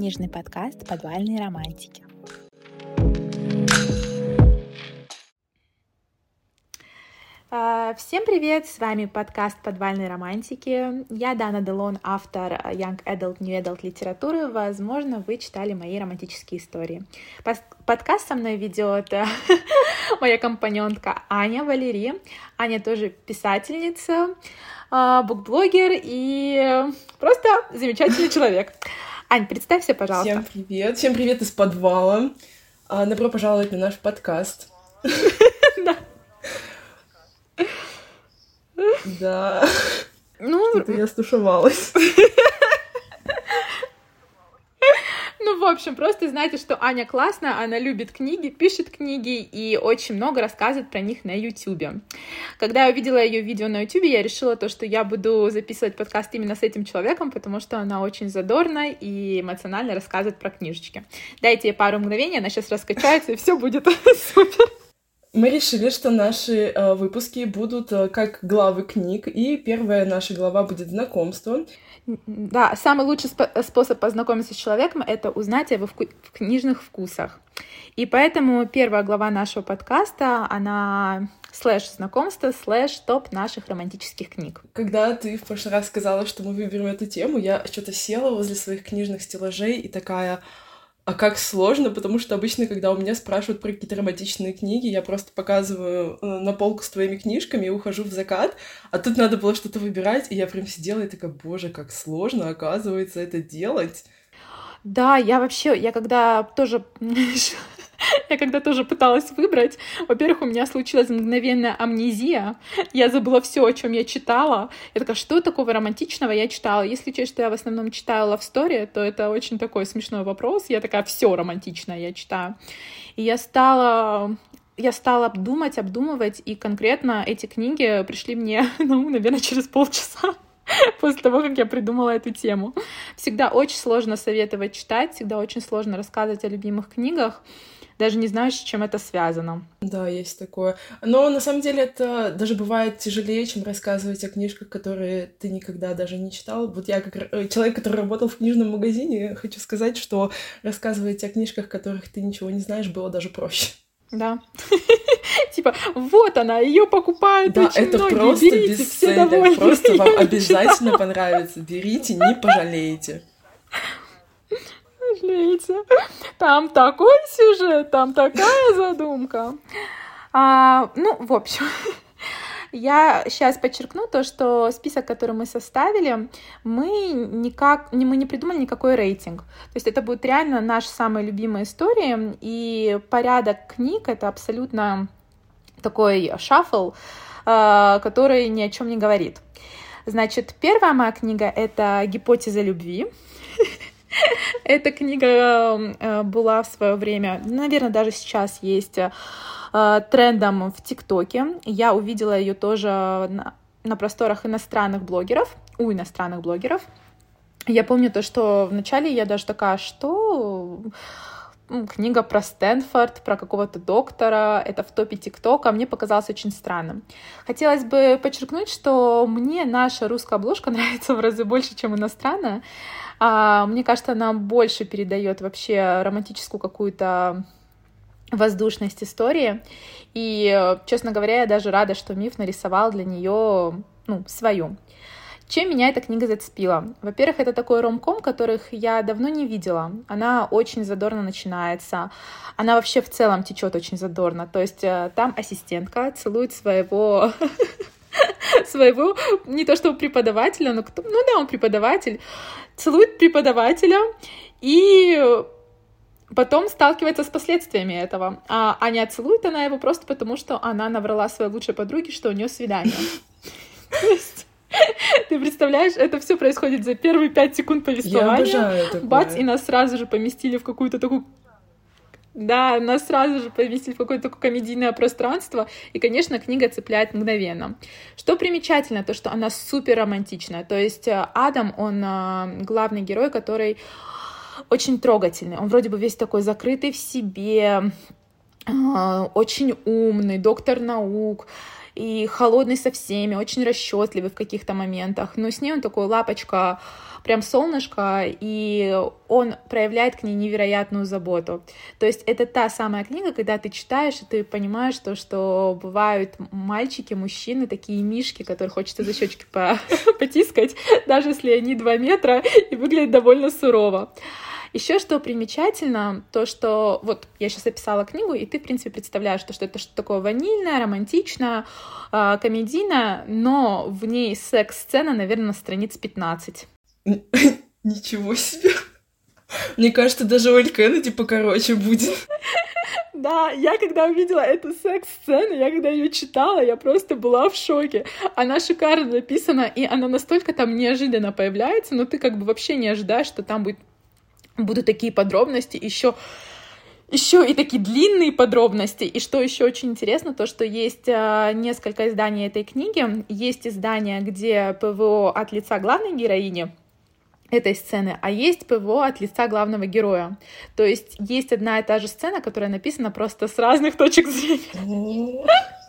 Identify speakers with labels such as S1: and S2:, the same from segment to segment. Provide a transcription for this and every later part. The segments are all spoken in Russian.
S1: книжный подкаст «Подвальные романтики». Всем привет! С вами подкаст «Подвальные романтики». Я Дана Делон, автор Young Adult, New Adult литературы. Возможно, вы читали мои романтические истории. Подкаст со мной ведет моя компаньонка Аня Валерий. Аня тоже писательница, букблогер и просто замечательный человек. Ань, представься, пожалуйста.
S2: Всем привет из подвала. Добро пожаловать на наш подкаст. Да. Что-то я стушевалась.
S1: В общем, просто знайте, что Аня классная, она любит книги, пишет книги и очень много рассказывает про них на Ютубе. Когда я увидела ее видео на Ютубе, я решила что я буду записывать подкаст именно с этим человеком, потому что она очень задорно и эмоционально рассказывает про книжечки. Дайте ей пару мгновений, она сейчас раскачается, и все будет супер.
S2: Мы решили, что наши выпуски будут как главы книг, и первая наша глава будет знакомство.
S1: Да, самый лучший способ познакомиться с человеком — это узнать о его книжных вкусах. И поэтому первая глава нашего подкаста, она /знакомство, /топ наших романтических книг.
S2: Когда ты в прошлый раз сказала, что мы выберем эту тему, я что-то села возле своих книжных стеллажей и такая... А как сложно, потому что обычно, когда у меня спрашивают про какие-то романтичные книги, я просто показываю на полку с твоими книжками и ухожу в закат, а тут надо было что-то выбирать, и я прям сидела и такая, боже, как сложно, оказывается, это делать.
S1: Да, я когда тоже пыталась выбрать, во-первых, у меня случилась мгновенная амнезия, я забыла все, о чем я читала. Я такая, что такого романтичного я читала? Если учесть, что я в основном читаю love story, то это очень такой смешной вопрос. Я такая, все романтичное я читаю. И я стала обдумывать, и конкретно эти книги пришли мне, наверное, через полчаса. После того, как я придумала эту тему. Всегда очень сложно советовать читать, всегда очень сложно рассказывать о любимых книгах. Даже не знаю, с чем это связано.
S2: Да, есть такое. Но на самом деле это даже бывает тяжелее, чем рассказывать о книжках, которые ты никогда даже не читал. Вот я, как человек, который работал в книжном магазине, хочу сказать, что рассказывать о книжках, которых ты ничего не знаешь, было даже проще.
S1: Да. Типа, вот она, ее покупают очень многие.
S2: Да, это просто бестселлер. Просто вам обязательно понравится. Берите, не пожалеете.
S1: Там такой сюжет, там такая задумка. В общем, я сейчас подчеркну то, что список, который мы составили, мы не придумали никакой рейтинг. То есть это будут реально наши самые любимые истории, и порядок книг — это абсолютно такой шаффл, который ни о чем не говорит. Значит, первая моя книга — это «Гипотеза любви». Эта книга была в свое время, наверное, даже сейчас есть трендом в ТикТоке. Я увидела ее тоже на просторах иностранных блогеров. Я помню то, что вначале я даже такая, что книга про Стэнфорд, про какого-то доктора, это в топе ТикТока, мне показалось очень странным. Хотелось бы подчеркнуть, что мне наша русская обложка нравится в разы больше, чем иностранная. Мне кажется, она больше передает вообще романтическую какую-то воздушность истории. И, честно говоря, я даже рада, что Миф нарисовал для нее свою. Чем меня эта книга зацепила? Во-первых, это такой ромком, которых я давно не видела. Она очень задорно начинается. Она вообще в целом течет очень задорно. То есть там ассистентка целует своего не то что преподавателя, но он преподаватель, целует преподавателя и потом сталкивается с последствиями этого. А не целует она его просто потому, что она наврала своей лучшей подруге, что у нее свидание. То есть ты представляешь, это все происходит за первые 5 секунд повествования.
S2: Я обожаю такое.
S1: Бац, и нас сразу же поместили в какую-то такую... Да, нас сразу же поместили в какое-то такое комедийное пространство, и, конечно, книга цепляет мгновенно. Что примечательно, то, что она супер романтичная, то есть Адам, он главный герой, который очень трогательный, он вроде бы весь такой закрытый в себе, очень умный, доктор наук, и холодный со всеми, очень расчетливый в каких-то моментах, но с ней он такой лапочка, прям солнышко, и он проявляет к ней невероятную заботу. То есть это та самая книга, когда ты читаешь, и ты понимаешь то, что бывают мальчики, мужчины, такие мишки, которых хочется за щечки потискать, даже если они 2 метра и выглядят довольно сурово. Еще что примечательно, то, что вот я сейчас описала книгу, и ты, в принципе, представляешь, что это что-то такое ванильное, романтичное, комедийное, но в ней секс-сцена, наверное, на страниц 15.
S2: Ничего себе! Мне кажется, даже у Эль Кеннеди покороче будет.
S1: Да, я когда увидела эту секс-сцену, я когда ее читала, я просто была в шоке. Она шикарно написана, и она настолько там неожиданно появляется, но ты как бы вообще не ожидаешь, что там будут такие подробности, еще и такие длинные подробности. И что еще очень интересно, то, что есть несколько изданий этой книги. Есть издание, где ПВО от лица главной героини этой сцены, а есть ПВО от лица главного героя. То есть есть одна и та же сцена, которая написана просто с разных точек зрения.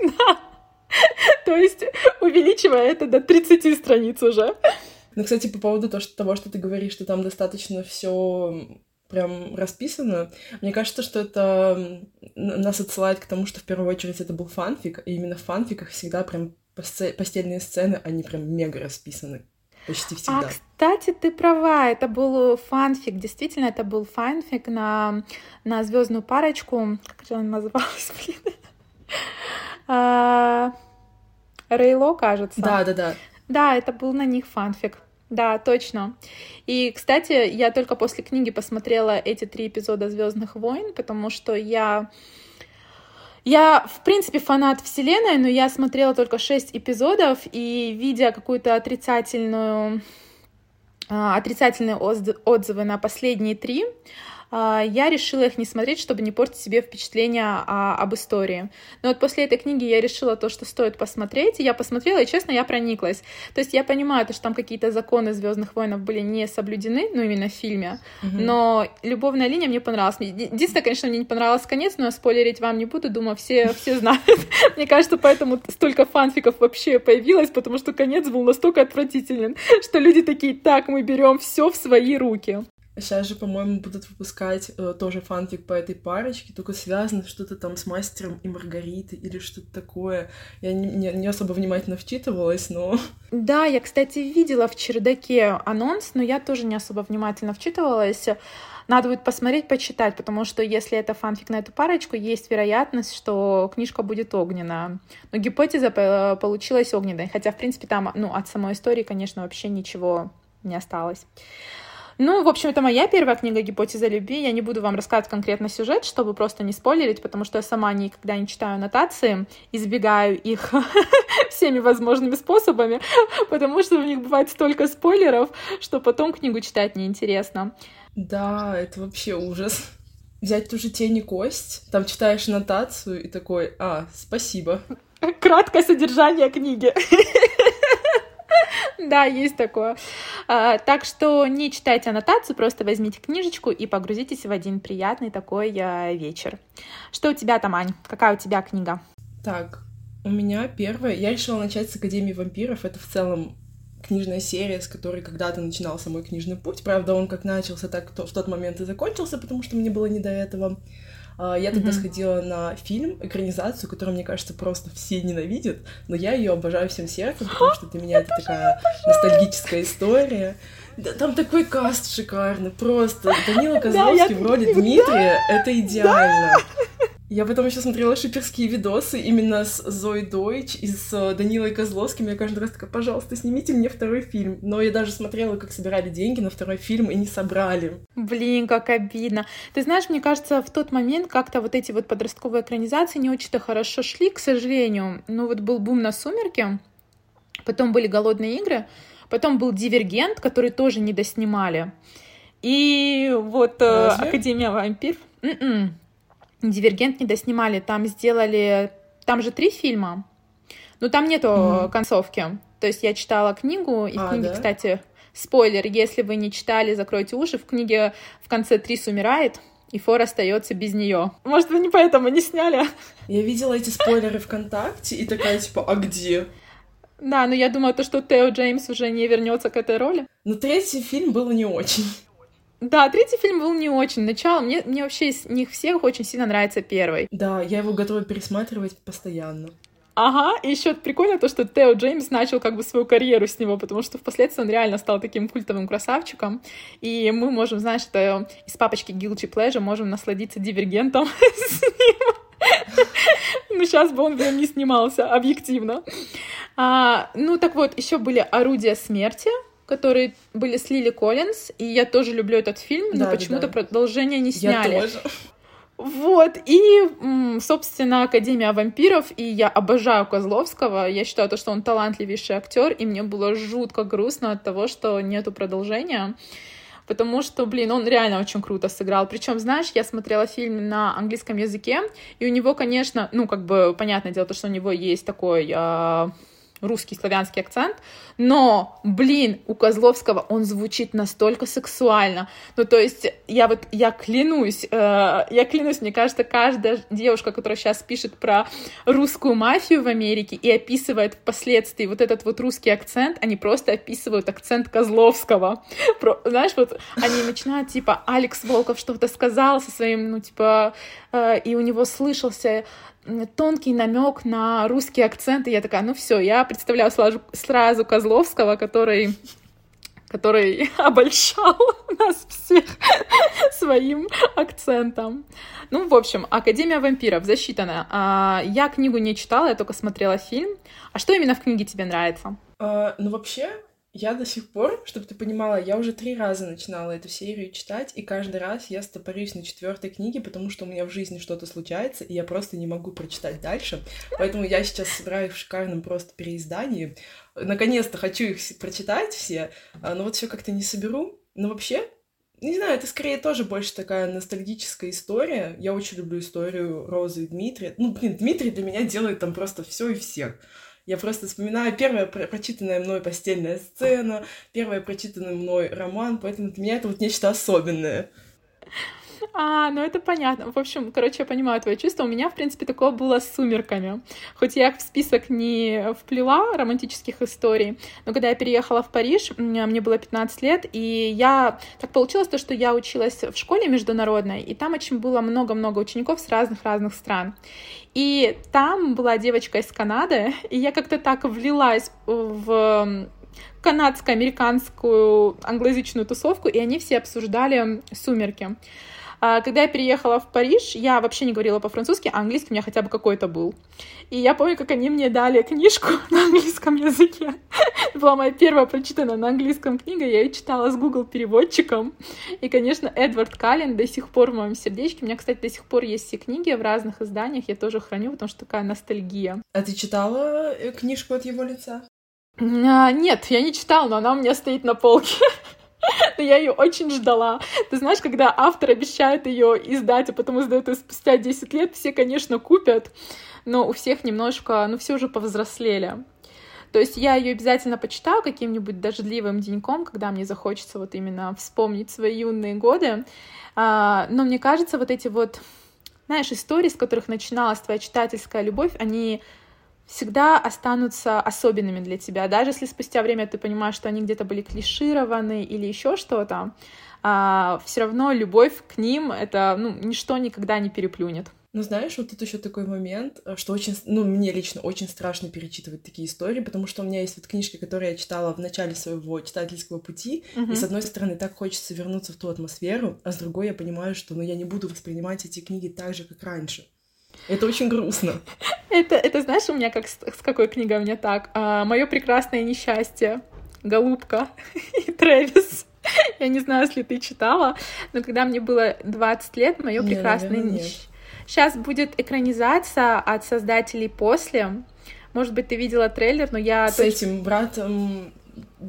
S1: То есть увеличивая это до 30 страниц уже.
S2: Ну, кстати, по поводу того, что ты говоришь, что там достаточно все прям расписано, мне кажется, что это нас отсылает к тому, что в первую очередь это был фанфик, и именно в фанфиках всегда прям постельные сцены, они прям мега расписаны. Почти всегда.
S1: Кстати, ты права, это был фанфик, действительно, это был фанфик на звездную парочку, как же она называлась, блин? Рейло, кажется.
S2: Да.
S1: Да, это был на них фанфик. Да, точно. И, кстати, я только после книги посмотрела эти 3 эпизода «Звездных войн», потому что я, в принципе, фанат вселенной, но я смотрела только 6 эпизодов, и, видя какую-то отрицательные отзывы на последние 3, я решила их не смотреть, чтобы не портить себе впечатление об истории. Но вот после этой книги я решила то, что стоит посмотреть, и я посмотрела, и, честно, я прониклась. То есть я понимаю, что там какие-то законы «Звездных войн» были не соблюдены, ну, именно в фильме, но любовная линия мне понравилась. Единственное, конечно, мне не понравился конец, но спойлерить вам не буду, думаю, все знают. Мне кажется, поэтому столько фанфиков вообще появилось, потому что конец был настолько отвратителен, что люди такие: так, мы берем все в свои руки.
S2: Сейчас же, по-моему, будут выпускать тоже фанфик по этой парочке, только связано что-то там с «Мастером и Маргаритой» или что-то такое. Я не особо внимательно вчитывалась, но...
S1: Да, я, кстати, видела в чердаке анонс, но я тоже не особо внимательно вчитывалась. Надо будет посмотреть, почитать, потому что если это фанфик на эту парочку, есть вероятность, что книжка будет огненная. Но гипотеза получилась огненной, хотя, в принципе, там, от самой истории, конечно, вообще ничего не осталось. Ну, в общем, это моя первая книга «Гипотеза любви». Я не буду вам рассказывать конкретно сюжет, чтобы просто не спойлерить, потому что я сама никогда не читаю аннотации, избегаю их всеми возможными способами, потому что в них бывает столько спойлеров, что потом книгу читать неинтересно.
S2: Да, это вообще ужас. Взять ту же «Тень и кость», там читаешь аннотацию и такой: спасибо.
S1: Краткое содержание книги. Да, есть такое. Так что не читайте аннотацию, просто возьмите книжечку и погрузитесь в один приятный такой вечер. Что у тебя там, Ань? Какая у тебя книга? Так,
S2: у меня первая. Я решила начать с «Академии вампиров». Это в целом книжная серия, с которой когда-то начинался мой книжный путь. Правда, он как начался, так в тот момент и закончился, потому что мне было не до этого. Я тогда сходила на фильм, экранизацию, которую, мне кажется, просто все ненавидят, но я ее обожаю всем сердцем, потому что для меня это такая ностальгическая история. Да, там такой каст шикарный, просто. Данила Козловский в роли Дмитрия — это идеально. Я потом еще смотрела шиперские видосы именно с Зоей Дойч и с Данилой Козловским. Я каждый раз такая: пожалуйста, снимите мне второй фильм. Но я даже смотрела, как собирали деньги на второй фильм, и не собрали.
S1: Блин, как обидно. Ты знаешь, мне кажется, в тот момент как-то вот эти вот подростковые экранизации не очень-то хорошо шли, к сожалению. Ну вот был бум на «Сумерки», потом были «Голодные игры», потом был «Дивергент», который тоже не доснимали. И вот «Академия вампиров». «Дивергент» не доснимали, там же 3 фильма, но там нету концовки. То есть я читала книгу, и в книге, да? Кстати, спойлер, если вы не читали, закройте уши, в книге в конце Трис умирает, и Фор остается без нее. Может, вы не поэтому не сняли?
S2: Я видела эти спойлеры ВКонтакте и такая, типа, а где?
S1: Да, но я думаю, то, что Тео Джеймс уже не вернется к этой роли.
S2: Но третий фильм был не очень.
S1: Да, третий фильм был не очень. Начало, мне вообще из них всех очень сильно нравится первый.
S2: Да, я его готова пересматривать постоянно.
S1: Ага, и еще прикольно то, что Тео Джеймс начал как бы свою карьеру с него, потому что впоследствии он реально стал таким культовым красавчиком, и мы можем, знаешь, это из папочки Guilty Pleasure можем насладиться Дивергентом с ним. Ну, сейчас бы он в нем не снимался, объективно. Ну, так вот, еще были «Орудия смерти», которые были с Лили Коллинз, и я тоже люблю этот фильм, но почему-то продолжение не сняли.
S2: Я тоже.
S1: Вот, и, собственно, «Академия вампиров», и я обожаю Козловского, я считаю, что он талантливейший актер, и мне было жутко грустно от того, что нету продолжения, потому что, он реально очень круто сыграл. Причем, знаешь, я смотрела фильм на английском языке, и у него, конечно, понятное дело, что у него есть такой русский славянский акцент, но, у Козловского он звучит настолько сексуально. Ну, то есть, я клянусь, мне кажется, каждая девушка, которая сейчас пишет про русскую мафию в Америке и описывает впоследствии вот этот вот русский акцент, они просто описывают акцент Козловского. Знаешь, вот они начинают, типа, Алекс Волков что-то сказал со своим, и у него слышался тонкий намек на русский акцент, и я такая, все, я представляю сразу Козловского, который обольщал нас всех своим акцентом. Ну, в общем, «Академия вампиров» засчитана. Я книгу не читала, я только смотрела фильм. А что именно в книге тебе нравится?
S2: Вообще, я до сих пор, чтобы ты понимала, я уже 3 раза начинала эту серию читать, и каждый раз я стопорюсь на 4-й книге, потому что у меня в жизни что-то случается, и я просто не могу прочитать дальше. Поэтому я сейчас собираю их в шикарном просто переиздании. Наконец-то хочу их прочитать все, но вот все как-то не соберу. Но вообще, не знаю, это скорее тоже больше такая ностальгическая история. Я очень люблю историю Розы и Дмитрия. Дмитрий для меня делает там просто все и всех. Я просто вспоминаю первая прочитанная мной постельная сцена, первый прочитанный мной роман, поэтому для меня это вот нечто особенное.
S1: Ну это понятно. В общем, я понимаю твои чувства. У меня, в принципе, такое было с «Сумерками». Хоть я в список не вплела романтических историй, но когда я переехала в Париж, мне было 15 лет, и так получилось, что я училась в школе международной, и там очень было много-много учеников с разных стран. И там была девочка из Канады, и я как-то так влилась в канадско-американскую англоязычную тусовку, и они все обсуждали «Сумерки». Когда я переехала в Париж, я вообще не говорила по-французски, а английский у меня хотя бы какой-то был. И я помню, как они мне дали книжку на английском языке. Это была моя первая прочитанная на английском книга, я ее читала с Google переводчиком. И, конечно, Эдвард Каллен до сих пор в моем сердечке. У меня, кстати, до сих пор есть все книги в разных изданиях, я тоже храню, потому что такая ностальгия.
S2: А ты читала книжку от его лица?
S1: Нет, я не читала, но она у меня стоит на полке. Но я ее очень ждала. Ты знаешь, когда автор обещает ее издать, а потом издает ее спустя 10 лет, все, конечно, купят, но у всех немножко, все уже повзрослели. То есть я ее обязательно почитаю каким-нибудь дождливым деньком, когда мне захочется вот именно вспомнить свои юные годы. Но мне кажется, вот эти вот, знаешь, истории, с которых начиналась твоя читательская любовь, они всегда останутся особенными для тебя. Даже если спустя время ты понимаешь, что они где-то были клишированы или еще что-то, все равно любовь к ним это ничто никогда не переплюнет.
S2: Знаешь, вот тут еще такой момент, что очень, мне лично очень страшно перечитывать такие истории, потому что у меня есть вот книжки, которые я читала в начале своего читательского пути, и с одной стороны так хочется вернуться в ту атмосферу, а с другой я понимаю, что я не буду воспринимать эти книги так же, как раньше. Это очень грустно.
S1: Это знаешь, у меня с какой книгой у меня так? «Мое прекрасное несчастье», «Голубка» и «Трэвис». Я не знаю, если ты читала, но когда мне было 20 лет, «Мое прекрасное несчастье». Сейчас будет экранизация от создателей «После». Может быть, ты видела трейлер, но я...
S2: С этим братом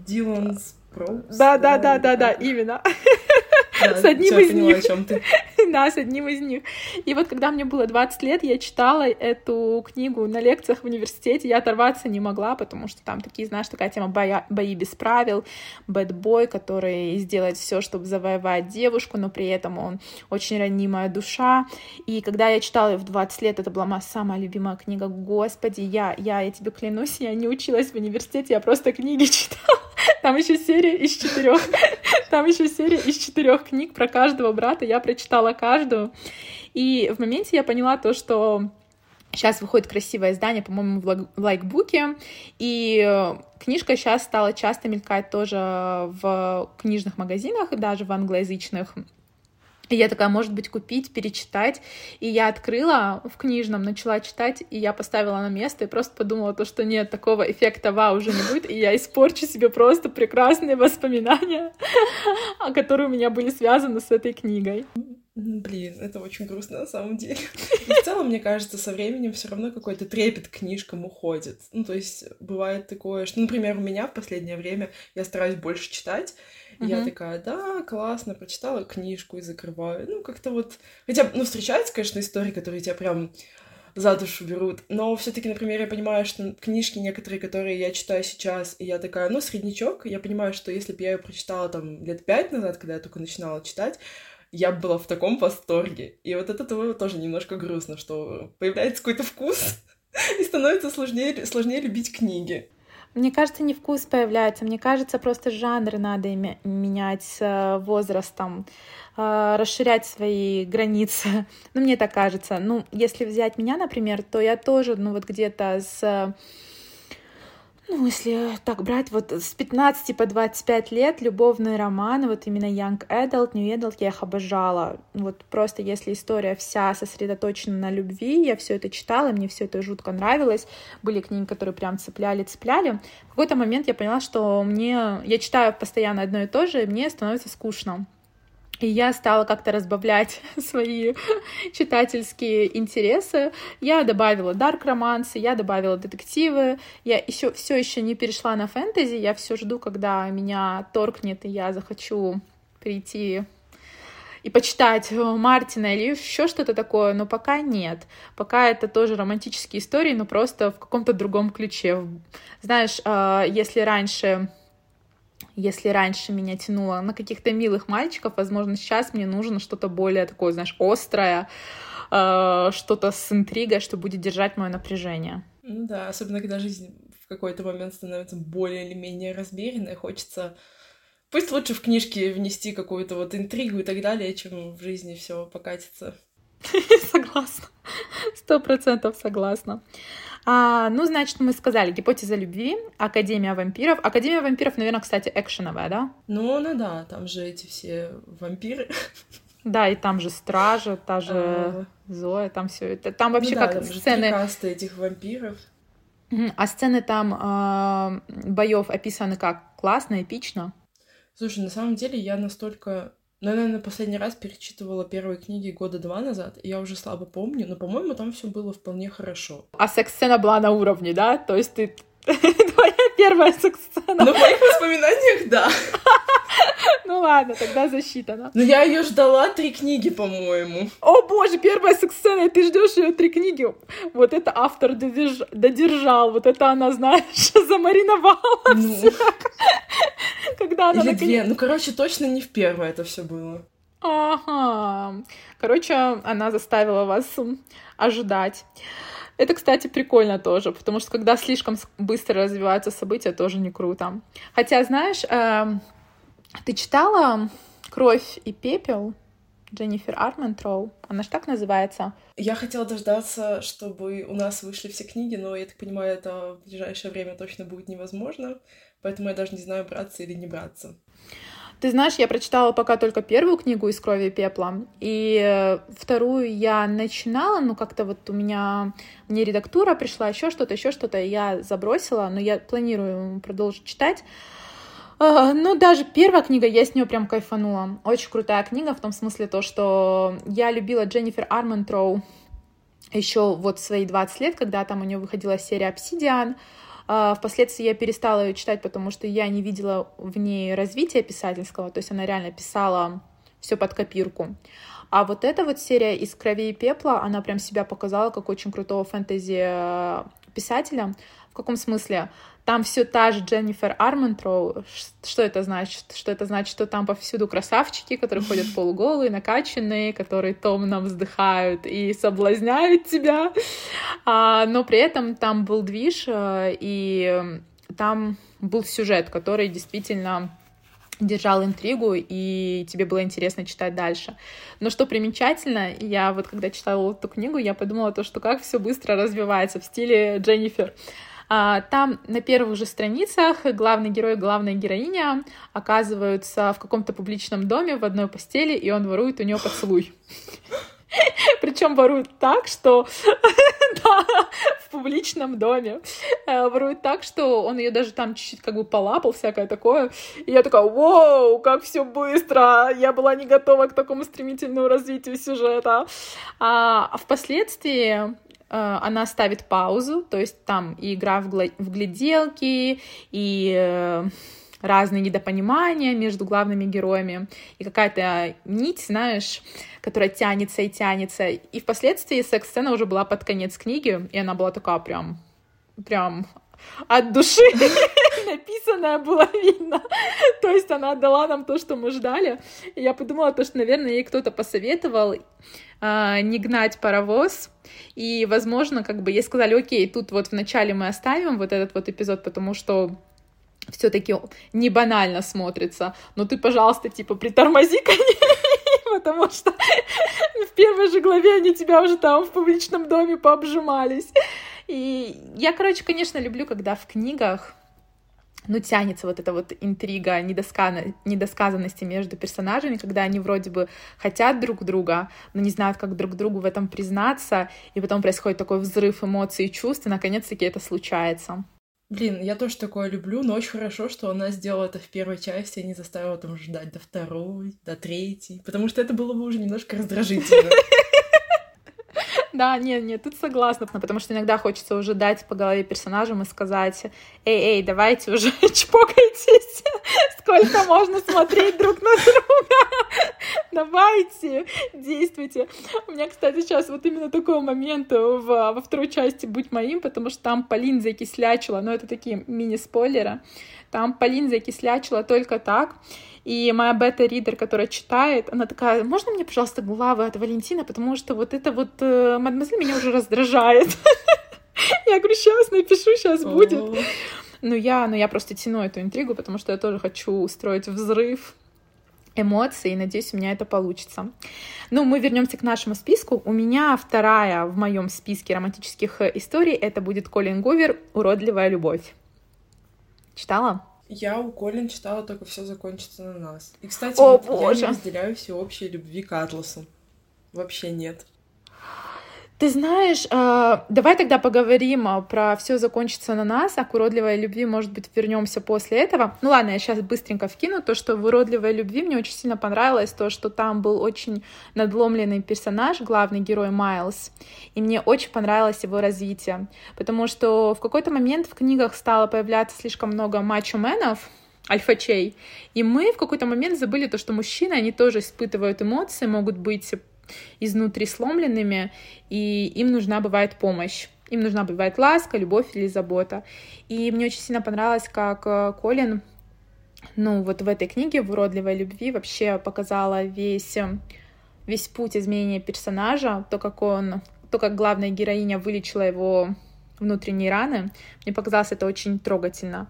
S2: Дилан Спроус?
S1: Да, именно.
S2: Да,
S1: с одним из
S2: поняла,
S1: них.
S2: о чем ты.
S1: Да, с одним из них. И вот когда мне было 20 лет, я читала эту книгу на лекциях в университете, я оторваться не могла, потому что там такие, знаешь, такая тема бои без правил, бэдбой, который сделает все, чтобы завоевать девушку, но при этом он очень ранимая душа. И когда я читала ее в 20 лет, это была моя самая любимая книга. Господи, я тебе клянусь, я не училась в университете, я просто книги читала. Там еще серия из 4. Там еще серия из 4 книг про каждого брата. Я прочитала каждую. И в моменте я поняла то, что сейчас выходит красивое издание, по-моему, в лайкбуке, и книжка сейчас стала часто мелькать тоже в книжных магазинах, даже в англоязычных. И я такая, может быть, купить, перечитать. И я открыла в книжном, начала читать, и я поставила на место и просто подумала то, что нет, такого эффекта вау уже не будет, и я испорчу себе просто прекрасные воспоминания, которые у меня были связаны с этой книгой.
S2: Блин, это очень грустно на самом деле. И в целом, мне кажется, со временем все равно какой-то трепет к книжкам уходит. Ну, то есть бывает такое, что, например, у меня в последнее время я стараюсь больше читать, и я такая, да, классно, прочитала книжку и закрываю. Ну, как-то вот... Хотя, ну, встречаются, конечно, истории, которые тебя прям за душу берут, но все таки например, я понимаю, что книжки некоторые, которые я читаю сейчас, и я такая, ну, среднячок, я понимаю, что если бы я ее прочитала там лет 5 назад, когда я только начинала читать, я была в таком восторге. И вот это тоже немножко грустно, что появляется какой-то вкус, и становится сложнее любить книги.
S1: Мне кажется, не вкус появляется, мне кажется, просто жанры надо менять с возрастом, расширять свои границы. Ну, мне так кажется. Ну, если взять меня, например, то я тоже, ну, вот где-то ну, если так брать, вот с 15 по 25 лет любовные романы, вот именно Young Adult, New Adult, я их обожала. Вот просто если история вся сосредоточена на любви, я все это читала, мне все это жутко нравилось. Были книги, которые прям цепляли. В какой-то момент я поняла, что я читаю постоянно одно и то же, и мне становится скучно. И я стала как-то разбавлять свои читательские интересы. Я добавила дарк-романсы, я добавила детективы. Я все еще не перешла на фэнтези. Я все жду, когда меня торкнет, и я захочу прийти и почитать Мартина или еще что-то такое, но пока нет. Пока это тоже романтические истории, но просто в каком-то другом ключе. Знаешь, если раньше меня тянуло на каких-то милых мальчиков, возможно, сейчас мне нужно что-то более такое, знаешь, острое, что-то с интригой, что будет держать мое напряжение.
S2: Ну да, особенно когда жизнь в какой-то момент становится более или менее размеренной, хочется... Пусть лучше в книжке внести какую-то вот интригу и так далее, чем в жизни все покатится.
S1: Согласна. 100% согласна. Ну, значит, мы сказали гипотеза любви, Академия вампиров. Академия вампиров, наверное, кстати, экшеновая, да?
S2: Ну да, там же эти все вампиры.
S1: Да, и там же Стража, та же Зоя, там все это. Там вообще как
S2: там
S1: сцены...
S2: же 3 каста этих вампиров.
S1: А сцены там боев описаны как? Классно, эпично?
S2: Слушай, на самом деле я настолько... Ну, я, наверное, последний раз перечитывала первые книги 2 года назад, и я уже слабо помню, но, по-моему, там все было вполне хорошо.
S1: А секс-сцена была на уровне, да? То есть твоя первая секс-сцена.
S2: Ну, в моих воспоминаниях, да.
S1: Ну ладно, тогда засчитано.
S2: Но я ее ждала 3 книги, по-моему.
S1: О боже, первая секс-сцена, и ты ждешь ее 3 книги. Вот это автор додержал, вот это она, знаешь, замариновала всех. Когда она
S2: Или 2. Ну, короче, точно не в первой это все было.
S1: Ага. Короче, она заставила вас ожидать. Это, кстати, прикольно тоже, потому что когда слишком быстро развиваются события, тоже не круто. Хотя, знаешь, ты читала «Кровь и пепел» Дженнифер Арментроу? Она же так называется.
S2: Я хотела дождаться, чтобы у нас вышли все книги, но, я так понимаю, это в ближайшее время точно будет невозможно, поэтому я даже не знаю, браться или не браться.
S1: Ты знаешь, я прочитала пока только первую книгу «Из крови и пепла», и вторую я начинала, но как-то вот мне редактура пришла, еще что-то, я забросила, но я планирую продолжить читать. Ну, даже первая книга, я с нее прям кайфанула. Очень крутая книга, в том смысле то, что я любила Дженнифер Арментроу еще вот в свои 20 лет, когда там у нее выходила серия «Обсидиан». Впоследствии я перестала ее читать, потому что я не видела в ней развития писательского, то есть она реально писала все под копирку. А вот эта вот серия «Из крови и пепла», она прям себя показала как очень крутого фэнтези-писателя. В каком смысле? Там все та же Дженнифер Арментроу. Что это значит? Что это значит, что там повсюду красавчики, которые ходят полуголые, накачанные, которые томно вздыхают и соблазняют тебя. Но при этом там был движ, и там был сюжет, который действительно держал интригу, и тебе было интересно читать дальше. Но что примечательно, я вот когда читала эту книгу, я подумала то, что как все быстро развивается в стиле Дженнифер. Там на первых же страницах главный герой и главная героиня оказываются в каком-то публичном доме в одной постели, и он ворует у нее поцелуй. Причем ворует так, что да, в публичном доме ворует так, что он ее даже там чуть-чуть как бы полапал, всякое такое. И я такая: вау, как все быстро! Я была не готова к такому стремительному развитию сюжета. А впоследствии она ставит паузу, то есть там и игра в гляделки, и разные недопонимания между главными героями, и какая-то нить, знаешь, которая тянется и тянется. И впоследствии секс-сцена уже была под конец книги, и она была такая прям от души написанная, было видно. То есть она отдала нам то, что мы ждали. И я подумала, то, что, наверное, ей кто-то посоветовал не гнать паровоз. И, возможно, как бы ей сказали: окей, тут вот вначале мы оставим вот этот вот эпизод, потому что все-таки не банально смотрится, но ты, пожалуйста, типа, притормози, потому что в первой же главе они тебя уже там в публичном доме пообжимались. И я, короче, конечно, люблю, когда в книгах тянется вот эта вот интрига недосказанности между персонажами, когда они вроде бы хотят друг друга, но не знают, как друг другу в этом признаться, и потом происходит такой взрыв эмоций и чувств, и наконец-таки это случается.
S2: Блин, я тоже такое люблю, но очень хорошо, что она сделала это в первой части, а не заставила там ждать до второй, до третьей, потому что это было бы уже немножко раздражительно.
S1: Да, нет, тут согласна, потому что иногда хочется уже дать по голове персонажам и сказать: эй, давайте уже чпокайтесь, сколько можно смотреть друг на друга, давайте, действуйте. У меня, кстати, сейчас вот именно такой момент во второй части «Будь моим», потому что там Полин закислячила, но это такие мини-спойлеры, там Полин закислячила только так. И моя бета-ридер, которая читает, она такая: можно мне, пожалуйста, главы от Валентина, потому что вот это вот мадемуазель меня уже раздражает. Я говорю: сейчас напишу, сейчас будет. Но я просто тяну эту интригу, потому что я тоже хочу устроить взрыв эмоций, и надеюсь, у меня это получится. Мы вернемся к нашему списку. У меня вторая в моем списке романтических историй — это будет Колин Гувер «Уродливая любовь». Читала?
S2: Я у Колин читала только «Все закончится на нас». И, кстати,
S1: я
S2: не разделяю всеобщей любви к Атласу. Вообще нет.
S1: Ты знаешь, давай тогда поговорим про «Все закончится на нас», а к «Уродливой любви», может быть, вернемся после этого. Ладно, я сейчас быстренько вкину то, что в «Уродливой любви» мне очень сильно понравилось, то, что там был очень надломленный персонаж, главный герой Майлз, и мне очень понравилось его развитие, потому что в какой-то момент в книгах стало появляться слишком много мачо-менов, альфачей, и мы в какой-то момент забыли то, что мужчины, они тоже испытывают эмоции, могут быть изнутри сломленными, и им нужна бывает помощь. Им нужна бывает ласка, любовь или забота. И мне очень сильно понравилось, как Колин, вот в этой книге в «Уродливой любви» вообще показала весь путь изменения персонажа, то, как главная героиня вылечила его внутренние раны. Мне показалось это очень трогательно.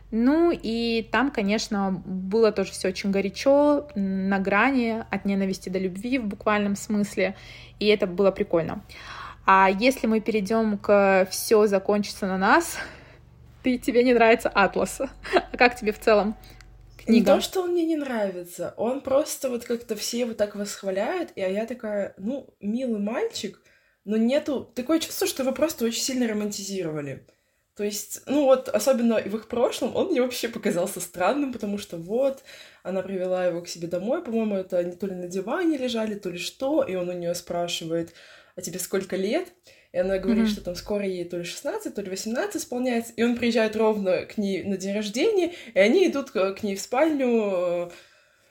S1: И там, конечно, было тоже все очень горячо, на грани от ненависти до любви в буквальном смысле, и это было прикольно. А если мы перейдем к «Все закончится на нас», тебе не нравится «Атлас». А как тебе в целом книга?
S2: Не то, что он мне не нравится, он просто вот как-то все его так восхваляют, и я такая: милый мальчик, но нету... Такое чувство, что его просто очень сильно романтизировали. То есть, особенно в их прошлом, он мне вообще показался странным, потому что она привела его к себе домой, по-моему, это они то ли на диване лежали, то ли что, и он у нее спрашивает: а тебе сколько лет? И она говорит, что там скоро ей то ли 16, то ли 18 исполняется, и он приезжает ровно к ней на день рождения, и они идут к ней в спальню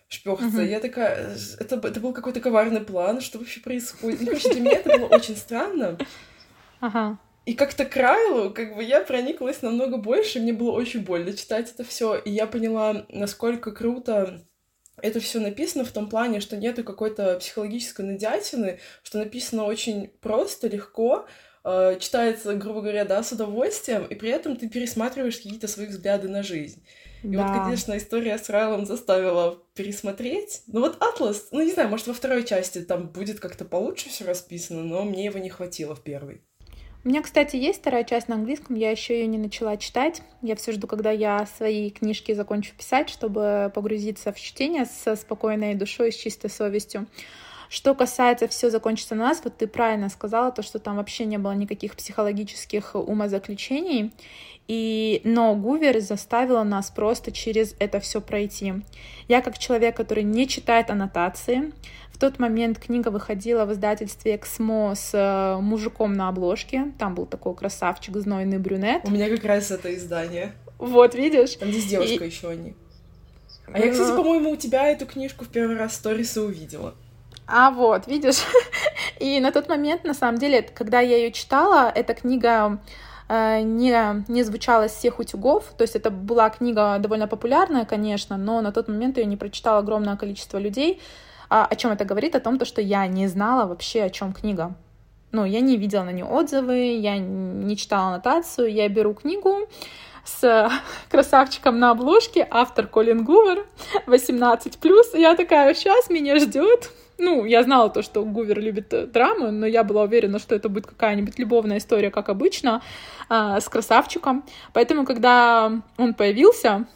S2: шпёхаться. Я такая, это был какой-то коварный план, что вообще происходит? Ну, короче, для меня это было очень странно.
S1: Ага.
S2: И как-то к Райлу, как бы, я прониклась намного больше, мне было очень больно читать это все, и я поняла, насколько круто это все написано в том плане, что нету какой-то психологической нудятины, что написано очень просто, легко, читается, грубо говоря, да, с удовольствием, и при этом ты пересматриваешь какие-то свои взгляды на жизнь. И вот,
S1: Да.
S2: конечно, история с Райлом заставила пересмотреть. Ну вот «Атлас», ну не знаю, может, во второй части там будет как-то получше все расписано, но мне его не хватило в первой.
S1: У меня, кстати, есть вторая часть на английском, я еще ее не начала читать. Я все жду, когда я свои книжки закончу писать, чтобы погрузиться в чтение со спокойной душой и с чистой совестью. Что касается «Все закончится на нас», вот ты правильно сказала, то, что там вообще не было никаких психологических умозаключений, но Гувер заставила нас просто через это все пройти. Я, как человек, который не читает аннотации, в тот момент книга выходила в издательстве «Эксмо» с мужиком на обложке. Там был такой красавчик, знойный брюнет.
S2: У меня как раз это издание.
S1: Вот, видишь?
S2: Там здесь девушка еще они. А я, кстати, по-моему, у тебя эту книжку в первый раз в сторисе увидела.
S1: А вот, видишь? И на тот момент, на самом деле, когда я ее читала, эта книга не звучала с всех утюгов, то есть это была книга довольно популярная, конечно, но на тот момент ее не прочитало огромное количество людей. О чем это говорит? О том, что я не знала вообще, о чем книга. Ну, я не видела на нее отзывы, я не читала аннотацию, я беру книгу с красавчиком на обложке, автор Колин Гувер, 18+, и я такая, сейчас меня ждет. Ну, я знала то, что Гувер любит драмы, но я была уверена, что это будет какая-нибудь любовная история, как обычно, с красавчиком. Поэтому, когда он появился,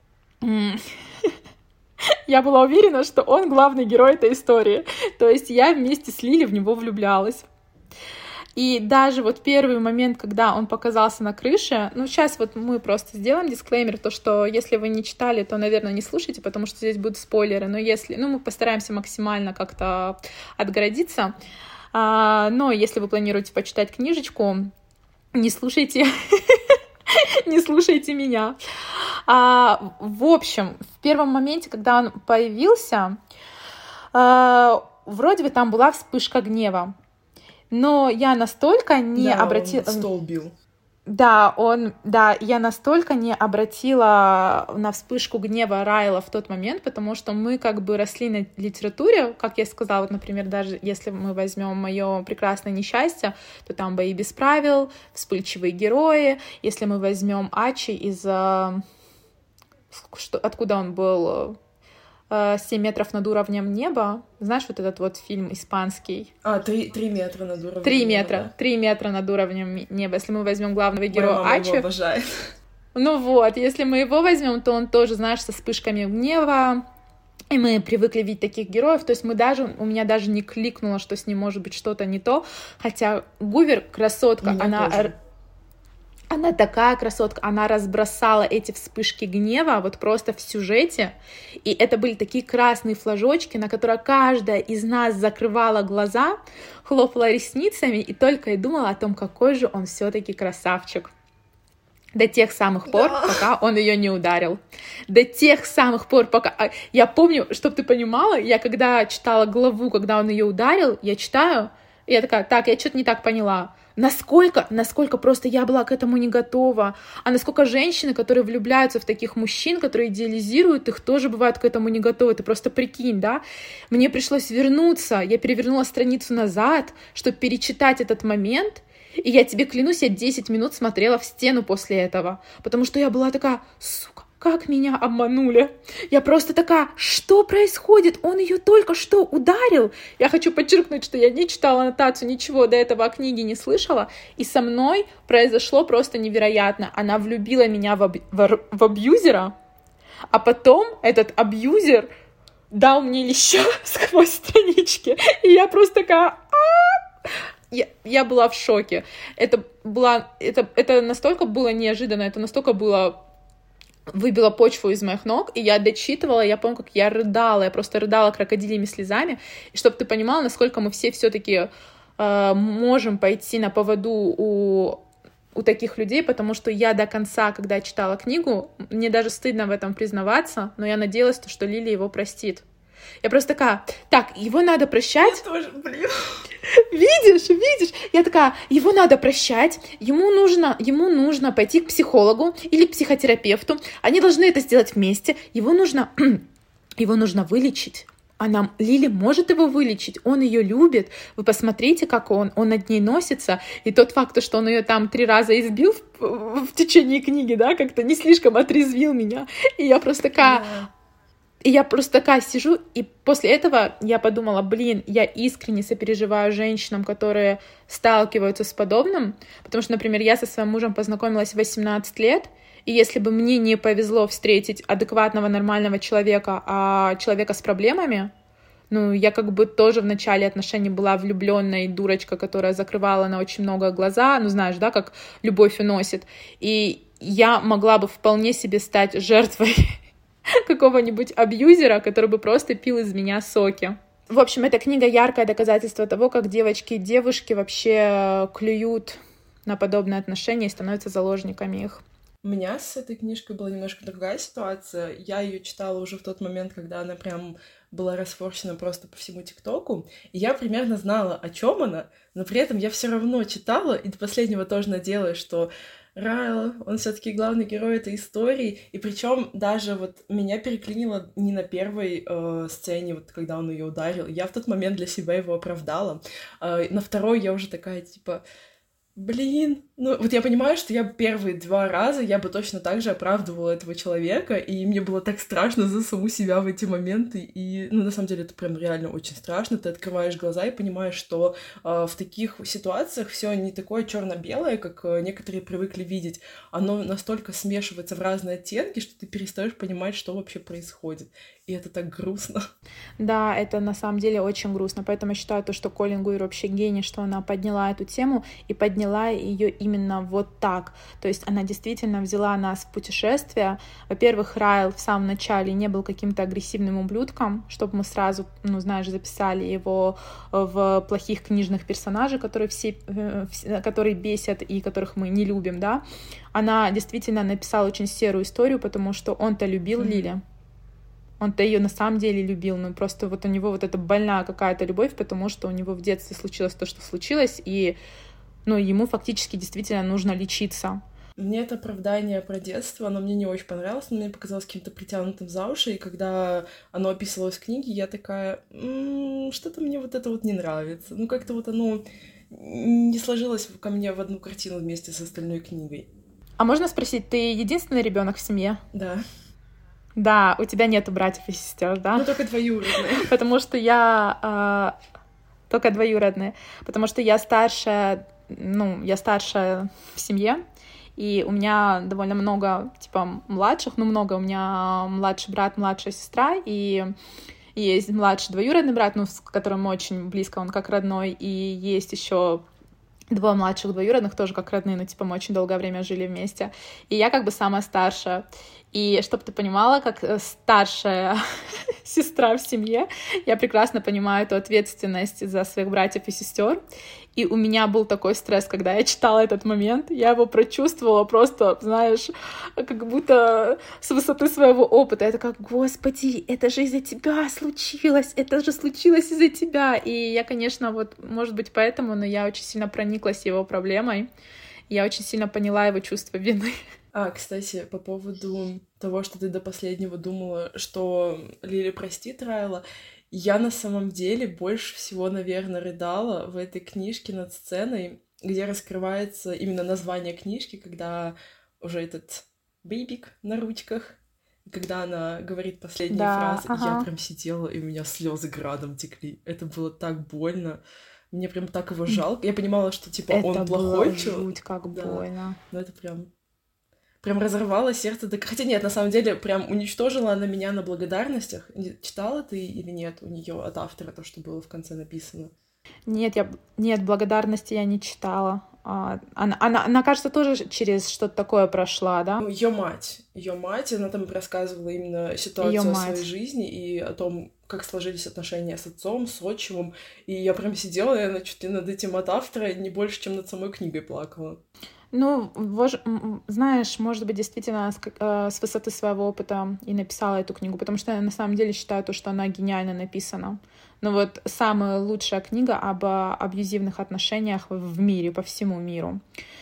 S1: я была уверена, что он главный герой этой истории. То есть я вместе с Лили в него влюблялась. И даже вот первый момент, когда он показался на крыше, ну, сейчас вот мы просто сделаем дисклеймер, то, что если вы не читали, то, наверное, не слушайте, потому что здесь будут спойлеры, но если, ну, мы постараемся максимально как-то отгородиться, но если вы планируете почитать книжечку, не слушайте, не слушайте меня. В общем, в первом моменте, когда он появился, вроде бы там была вспышка гнева. Но я настолько не обратила...
S2: он стол бил.
S1: Да, я настолько не обратила на вспышку гнева Райла в тот момент, потому что мы как бы росли на литературе, как я сказала, вот, например, даже если мы возьмем «Мое прекрасное несчастье», то там «Бои без правил», вспыльчивые герои. Если мы возьмем Ачи из... Откуда он был... 7 метров над уровнем неба. Знаешь, вот этот вот фильм испанский?
S2: 3 метра над уровнем
S1: 3
S2: неба.
S1: Метра. Да. 3 метра над уровнем неба. Если мы возьмем главного героя
S2: Моя мама
S1: Ачи.
S2: его обожает.
S1: Ну вот, если мы его возьмем, то он тоже, знаешь, со вспышками гнева. И мы привыкли видеть таких героев. То есть у меня даже не кликнуло, что с ним может быть что-то не то. Хотя Гувер красотка, она такая красотка, она разбросала эти вспышки гнева вот просто в сюжете, и это были такие красные флажочки, на которые каждая из нас закрывала глаза, хлопала ресницами и только и думала о том, какой же он все-таки красавчик. До тех самых пор, пока он ее не ударил. До тех самых пор, пока... Я помню, чтобы ты понимала, я когда читала главу, когда он ее ударил, я читаю, и я такая, так, я что-то не так поняла. Насколько просто я была к этому не готова. А насколько женщины, которые влюбляются в таких мужчин, которые идеализируют их, тоже бывают к этому не готовы. Ты просто прикинь, да? Мне пришлось вернуться. Я перевернула страницу назад, чтобы перечитать этот момент. И я тебе клянусь, я 10 минут смотрела в стену после этого. Потому что я была такая, сука, как меня обманули. Я просто такая, что происходит? Он ее только что ударил. Я хочу подчеркнуть, что я не читала аннотацию, ничего до этого о книге не слышала. И со мной произошло просто невероятно. Она влюбила меня в абьюзера, а потом этот абьюзер дал мне леща сквозь странички. И я просто такая... Я была в шоке. Это настолько было неожиданно, это настолько было... выбила почву из моих ног, и я дочитывала, я помню, как я рыдала, я просто рыдала крокодильями слезами, и чтобы ты понимала, насколько мы все-таки можем пойти на поводу у у таких людей, потому что я до конца, когда читала книгу, мне даже стыдно в этом признаваться, но я надеялась, что Лили его простит. Я просто такая, так, его надо прощать.
S2: Я тоже, блин.
S1: Видишь? Я такая, его надо прощать, ему нужно пойти к психологу или к психотерапевту, они должны это сделать вместе, его нужно вылечить. Лили может его вылечить, он ее любит. Вы посмотрите, как он над ней носится. И тот факт, что он ее там 3 раза избил в течение книги, да, как-то не слишком отрезвил меня. И я просто такая сижу, и после этого я подумала, я искренне сопереживаю женщинам, которые сталкиваются с подобным, потому что, например, я со своим мужем познакомилась в 18 лет, и если бы мне не повезло встретить адекватного, нормального человека, а человека с проблемами, я как бы тоже в начале отношений была влюбленной дурочка, которая закрывала на очень много глаза, знаешь, да, как любовь уносит, и я могла бы вполне себе стать жертвой какого-нибудь абьюзера, который бы просто пил из меня соки. В общем, эта книга яркое доказательство того, как девочки и девушки вообще клюют на подобные отношения и становятся заложниками их.
S2: У меня с этой книжкой была немножко другая ситуация. Я ее читала уже в тот момент, когда она прям была расфорчена просто по всему ТикТоку, и я примерно знала, о чем она, но при этом я все равно читала, и до последнего тоже надеялась, что Райл, он все-таки главный герой этой истории, и причем даже вот меня переклинило не на первой сцене, вот когда он ее ударил, я в тот момент для себя его оправдала, на второй я уже такая типа, вот я понимаю, что я первые 2 раза я бы точно так же оправдывала этого человека, и мне было так страшно за саму себя в эти моменты, и, на самом деле, это прям реально очень страшно, ты открываешь глаза и понимаешь, что в таких ситуациях все не такое черно-белое, как некоторые привыкли видеть, оно настолько смешивается в разные оттенки, что ты перестаешь понимать, что вообще происходит, и это так грустно.
S1: Да, это на самом деле очень грустно, поэтому я считаю, что Колин Гуир вообще гений, что она подняла эту тему и подняла ее именно вот так. То есть она действительно взяла нас в путешествие. Во-первых, Райл в самом начале не был каким-то агрессивным ублюдком, чтобы мы сразу, записали его в плохих книжных персонажей, которые бесят и которых мы не любим, да. Она действительно написала очень серую историю, потому что он-то любил Лили. Он-то ее на самом деле любил, просто вот у него вот эта больная какая-то любовь, потому что у него в детстве случилось то, что случилось, и ему фактически действительно нужно лечиться.
S2: Мне это оправдание про детство, оно мне не очень понравилось, но мне показалось каким-то притянутым за уши, и когда оно описывалось в книге, я такая, что-то мне вот это вот не нравится. Как-то вот оно не сложилось ко мне в одну картину вместе с остальной книгой.
S1: А можно спросить, ты единственный ребенок в семье?
S2: Да.
S1: Да, у тебя нету братьев и сестер, да?
S2: Только двоюродные.
S1: Потому что я... Только двоюродные. Потому что я старшая в семье, и у меня довольно много, младших, много. У меня младший брат, младшая сестра, и есть младший двоюродный брат, с которым мы очень близко, он как родной, и есть еще 2 младших двоюродных, тоже как родные, мы очень долгое время жили вместе. И я как бы самая старшая. И чтобы ты понимала, как старшая сестра в семье, я прекрасно понимаю эту ответственность за своих братьев и сестер. И у меня был такой стресс, когда я читала этот момент. Я его прочувствовала просто, знаешь, как будто с высоты своего опыта. Я такая, господи, это же из-за тебя случилось, это же случилось из-за тебя. И я, конечно, может быть, поэтому, но я очень сильно прониклась его проблемой. Я очень сильно поняла его чувство вины.
S2: Кстати, по поводу того, что ты до последнего думала, что Лили простит Райла, я на самом деле больше всего, наверное, рыдала в этой книжке над сценой, где раскрывается именно название книжки, когда уже этот бейбик на ручках, когда она говорит последние фразы, я прям сидела, и у меня слезы градом текли. Это было так больно. Мне прям так его жалко. Я понимала, что, он плохой человек.
S1: Это было жуть как больно.
S2: Но это прям разорвало сердце. Хотя нет, на самом деле, прям уничтожила она меня на благодарностях. Читала ты или нет у нее от автора то, что было в конце написано?
S1: Нет, благодарности я не читала. Она, кажется, тоже через что-то такое прошла, да?
S2: Ее мать, она там рассказывала именно ситуацию о своей жизни и о том, как сложились отношения с отцом, с отчимом. И я прям сидела, и она чуть ли над этим от автора не больше, чем над самой книгой плакала.
S1: Ну, знаешь, может быть, действительно с высоты своего опыта и написала эту книгу, потому что я на самом деле считаю то, что она гениально написана. Ну вот самая лучшая книга об абьюзивных отношениях в мире, по всему миру.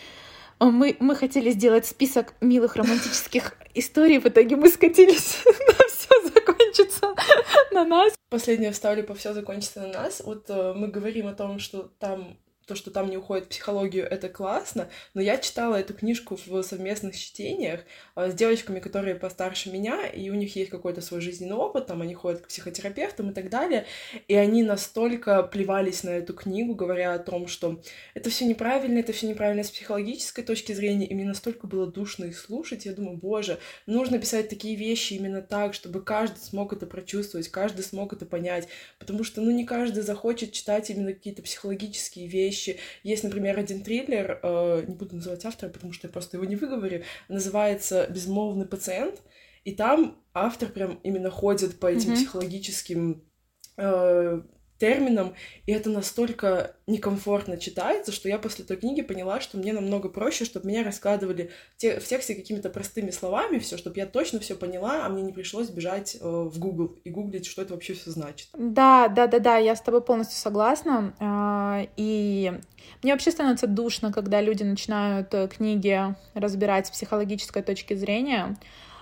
S1: Мы хотели сделать список милых романтических историй, в итоге мы скатились на «Все закончится на нас».
S2: Последнее вставлю по «Все закончится на нас». Вот мы говорим о том, что там не уходит в психологию, это классно, но я читала эту книжку в совместных чтениях с девочками, которые постарше меня, и у них есть какой-то свой жизненный опыт, там они ходят к психотерапевтам и так далее, и они настолько плевались на эту книгу, говоря о том, что это все неправильно с психологической точки зрения, и мне настолько было душно их слушать, я думаю, боже, нужно писать такие вещи именно так, чтобы каждый смог это прочувствовать, каждый смог это понять, потому что, не каждый захочет читать именно какие-то психологические вещи. Есть, например, один триллер, не буду называть автора, потому что я просто его не выговорю, называется «Безмолвный пациент», и там автор прям именно ходит по этим психологическим терминам, и это настолько некомфортно читается, что я после той книги поняла, что мне намного проще, чтобы меня раскладывали в тексте какими-то простыми словами все, чтобы я точно все поняла, а мне не пришлось бежать в Google и гуглить, что это вообще все значит.
S1: Да, я с тобой полностью согласна. И мне вообще становится душно, когда люди начинают книги разбирать с психологической точки зрения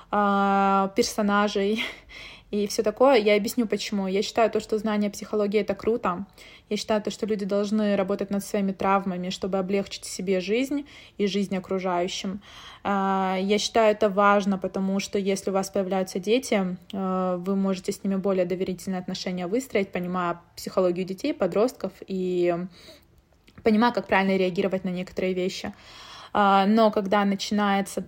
S1: персонажей и все такое. Я объясню, почему. Я считаю, что знание психологии — это круто. Я считаю, что люди должны работать над своими травмами, чтобы облегчить себе жизнь и жизнь окружающим. Я считаю, это важно, потому что если у вас появляются дети, вы можете с ними более доверительные отношения выстроить, понимая психологию детей, подростков и понимая, как правильно реагировать на некоторые вещи. Но когда начинается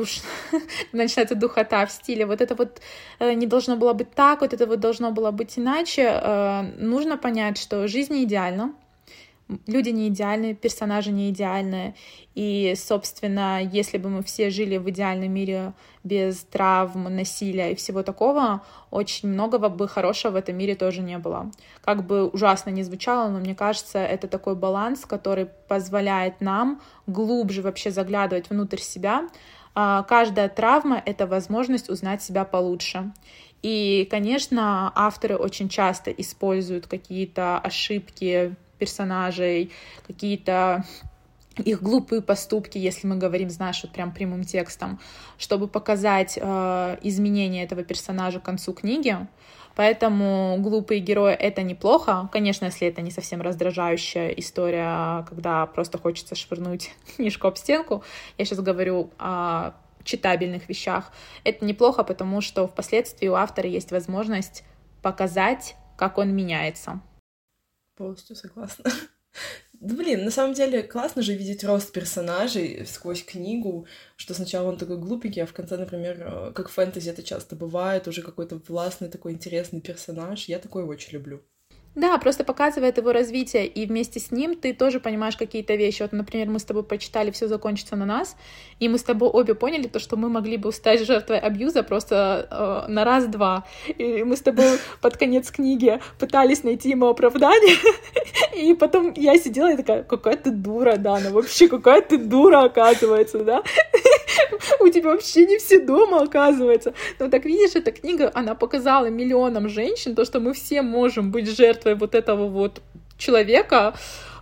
S1: духота в стиле вот это вот не должно было быть так, вот это вот должно было быть иначе, нужно понять, что жизнь не идеальна, люди не идеальны, персонажи не идеальны, и, собственно, если бы мы все жили в идеальном мире без травм, насилия и всего такого, очень многого бы хорошего в этом мире тоже не было. Как бы ужасно ни звучало, но мне кажется, это такой баланс, который позволяет нам глубже вообще заглядывать внутрь себя. Каждая травма — это возможность узнать себя получше. И, конечно, авторы очень часто используют какие-то ошибки персонажей, какие-то их глупые поступки, если мы говорим, знаешь, вот прям прямым текстом, чтобы показать изменения этого персонажа к концу книги. Поэтому глупые герои — это неплохо. Конечно, если это не совсем раздражающая история, когда просто хочется швырнуть книжку об стенку. Я сейчас говорю о читабельных вещах. Это неплохо, потому что впоследствии у автора есть возможность показать, как он меняется.
S2: Полностью согласна. Да, блин, на самом деле классно же видеть рост персонажей сквозь книгу, что сначала он такой глупенький, а в конце, например, как в фэнтези это часто бывает, уже какой-то властный такой интересный персонаж. Я такой очень люблю.
S1: Да, просто показывает его развитие, и вместе с ним ты тоже понимаешь какие-то вещи. Вот, например, мы с тобой прочитали «Все закончится на нас», и мы с тобой обе поняли то, что мы могли бы стать жертвой абьюза просто на раз-два. И мы с тобой под конец книги пытались найти ему оправдание, и потом я сидела и такая: какая ты дура, Дана, вообще какая ты дура, оказывается, да? У тебя вообще не все дома, оказывается. Ну так видишь, эта книга, она показала миллионам женщин то, что мы все можем быть жертвой вот этого вот человека.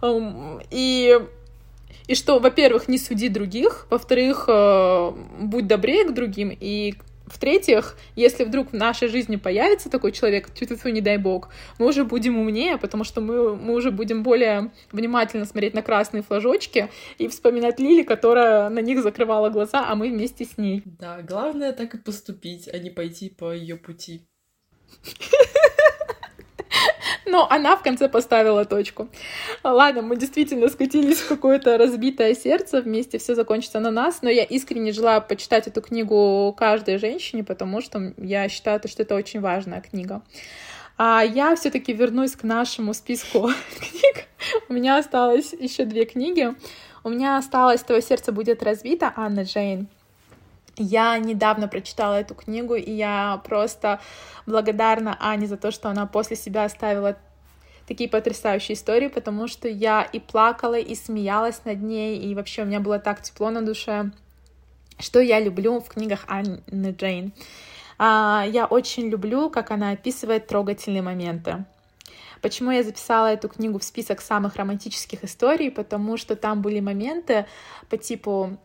S1: И что, во-первых, не суди других, во-вторых, будь добрее к другим, и в-третьих, если вдруг в нашей жизни появится такой человек, тьфу-тьфу, не дай бог, мы уже будем умнее, потому что мы уже будем более внимательно смотреть на красные флажочки и вспоминать Лили, которая на них закрывала глаза, а мы вместе с ней.
S2: Да, главное так и поступить, а не пойти по ее пути.
S1: Но она в конце поставила точку. Ладно, мы действительно скатились в какое-то разбитое сердце, вместе «Все закончится на нас», но я искренне желаю почитать эту книгу каждой женщине, потому что я считаю, что это очень важная книга. А я все-таки вернусь к нашему списку книг. У меня осталось еще 2 книги. У меня осталось «Твое сердце будет разбито» Анны Джейн. Я недавно прочитала эту книгу, и я просто благодарна Ане за то, что она после себя оставила такие потрясающие истории, потому что я и плакала, и смеялась над ней, и вообще у меня было так тепло на душе. Что я люблю в книгах Анны Джейн? Я очень люблю, как она описывает трогательные моменты. Почему я записала эту книгу в список самых романтических историй? Потому что там были моменты по типу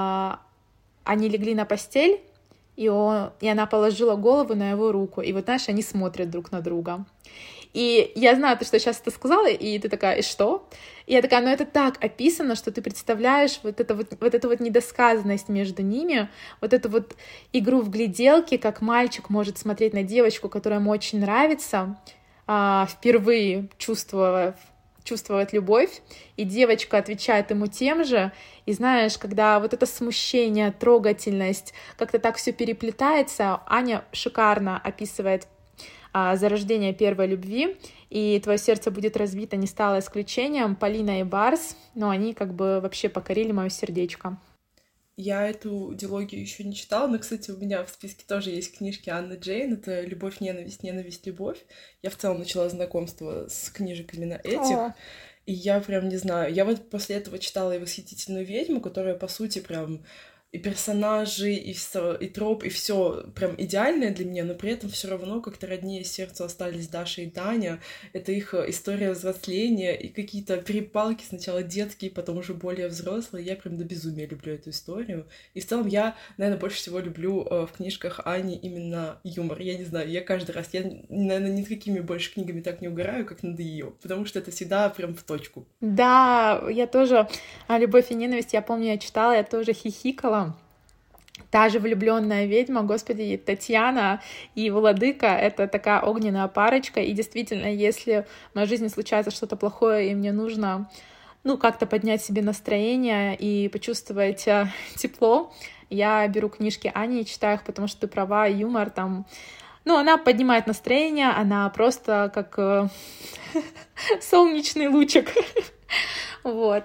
S1: они легли на постель, и она положила голову на его руку, и вот, знаешь, они смотрят друг на друга. И я знаю, ты что сейчас это сказала, и ты такая, и что? И я такая, ну это так описано, что ты представляешь вот эту вот недосказанность между ними, вот эту вот игру в гляделки, как мальчик может смотреть на девочку, которая ему очень нравится, впервые чувствовать любовь, и девочка отвечает ему тем же, и знаешь, когда вот это смущение, трогательность, как-то так все переплетается, Аня шикарно описывает зарождение первой любви, и твое сердце будет разбито не стало исключением. Полина и Барс, но они как бы вообще покорили мое сердечко.
S2: Я эту дилогию еще не читала, но, кстати, у меня в списке тоже есть книжки Анны Джейн. Это «Любовь, ненависть, ненависть, любовь». Я в целом начала знакомство с книжек именно этих. И я прям не знаю. Я вот после этого читала и «Восхитительную ведьму», которая, по сути, прям и персонажи, и все, и троп, и все прям идеальное для меня, но при этом все равно как-то роднее сердцу остались Даша и Таня. Это их история взросления и какие-то перепалки сначала детские, потом уже более взрослые. Я прям до безумия люблю эту историю. И в целом я, наверное, больше всего люблю в книжках Ани именно юмор. Я не знаю, я каждый раз, я, наверное, ни с какими больше книгами так не угораю, как над ее, потому что это всегда прям в точку.
S1: Да, я тоже «Любовь и ненависть», я помню, я читала, я тоже хихикала. Та же влюбленная ведьма, господи, Татьяна и Владыка — это такая огненная парочка, и действительно, если в моей жизни случается что-то плохое, и мне нужно, как-то поднять себе настроение и почувствовать тепло, я беру книжки Ани и читаю их, потому что ты права, юмор там, она поднимает настроение, она просто как солнечный лучик, вот.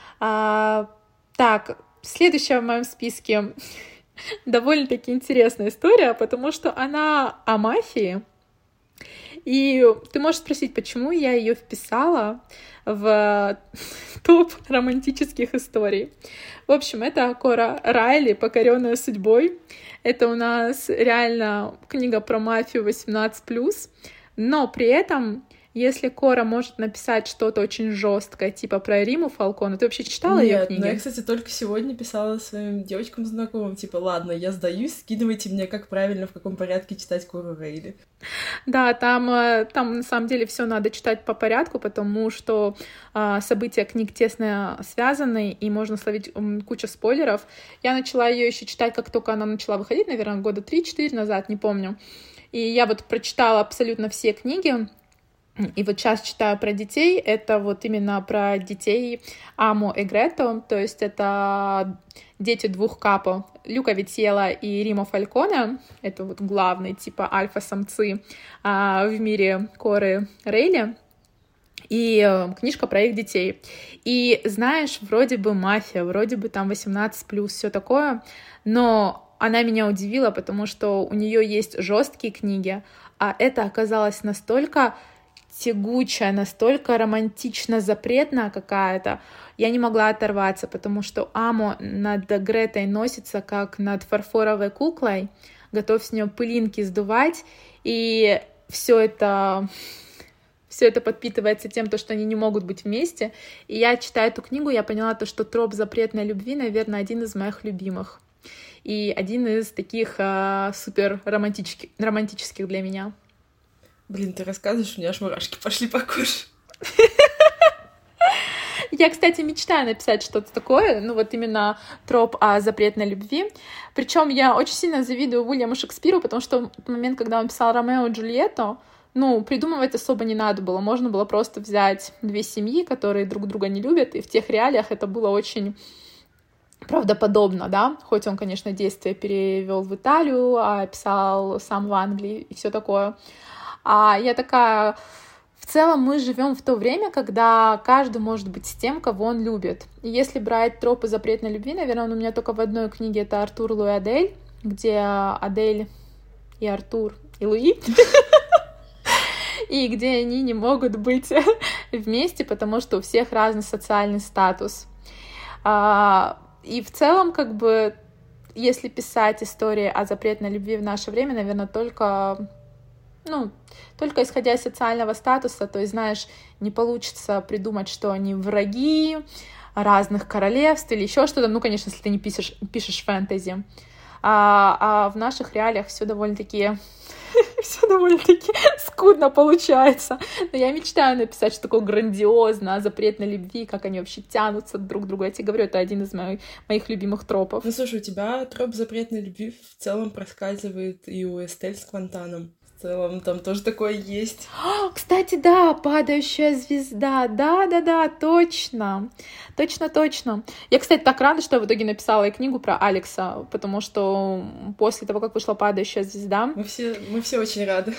S1: Так, следующая в моем списке довольно-таки интересная история, потому что она о мафии. И ты можешь спросить, почему я ее вписала в топ романтических историй. В общем, это Кора Райли «Покоренная судьбой». Это у нас реально книга про мафию 18+, но при этом если Кора может написать что-то очень жесткое, типа про Риму Фалконе, ты вообще читала ее книги?
S2: Нет, но я, кстати, только сегодня писала своим девочкам знакомым, типа, ладно, я сдаюсь, скидывайте мне, как правильно, в каком порядке читать Кору Райли.
S1: Да, там на самом деле все надо читать по порядку, потому что события книг тесно связаны, и можно словить кучу спойлеров. Я начала ее еще читать, как только она начала выходить, наверное, года 3-4 назад, не помню. И я вот прочитала абсолютно все книги. И вот сейчас читаю про детей, это вот именно про детей Амо и Грето, то есть это дети двух капо, Люка Витьелла и Рима Фальконе, это вот главные типа альфа-самцы в мире Коры Рейли, и книжка про их детей. И знаешь, вроде бы мафия, вроде бы там 18+, все такое, но она меня удивила, потому что у нее есть жесткие книги, а это оказалось настолько тягучая, настолько романтично запретная какая-то, я не могла оторваться, потому что Амо над Гретой носится как над фарфоровой куклой, готов с нее пылинки сдувать, и все это подпитывается тем, что они не могут быть вместе. И я, читая эту книгу, я поняла, что троп запретной любви, наверное, один из моих любимых. И один из таких супер романтических для меня.
S2: Блин, ты рассказываешь, у меня аж мурашки пошли по коже.
S1: Я, кстати, мечтаю написать что-то такое, вот именно троп о запретной любви. Причем я очень сильно завидую Уильяму Шекспиру, потому что в момент, когда он писал Ромео и Джульетту, придумывать особо не надо было. Можно было просто взять две семьи, которые друг друга не любят, и в тех реалиях это было очень правдоподобно, да, хоть он, конечно, действие перевел в Италию, а писал сам в Англии и все такое. А я такая, в целом мы живем в то время, когда каждый может быть с тем, кого он любит. И если брать тропы запретной любви, наверное, он у меня только в одной книге, это Артур, Луи, Адель, где Адель и Артур и Луи. и где они не могут быть вместе, потому что у всех разный социальный статус. И в целом, как бы, если писать истории о запретной любви в наше время, наверное, только исходя из социального статуса, то есть, знаешь, не получится придумать, что они враги разных королевств или еще что-то. Ну, конечно, если ты не пишешь фэнтези. А в наших реалиях все довольно-таки скудно получается. Но я мечтаю написать что такое грандиозно о запретной любви, как они вообще тянутся друг к другу. Я тебе говорю, это один из моих любимых тропов.
S2: Ну, слушай, у тебя троп запретной любви в целом проскальзывает и у Эстель с Квантаном. В целом там тоже такое есть.
S1: Кстати, да, падающая звезда. Да, точно. Точно. Я, кстати, так рада, что я в итоге написала и книгу про Алекса, потому что после того, как вышла падающая звезда...
S2: Мы все очень рады.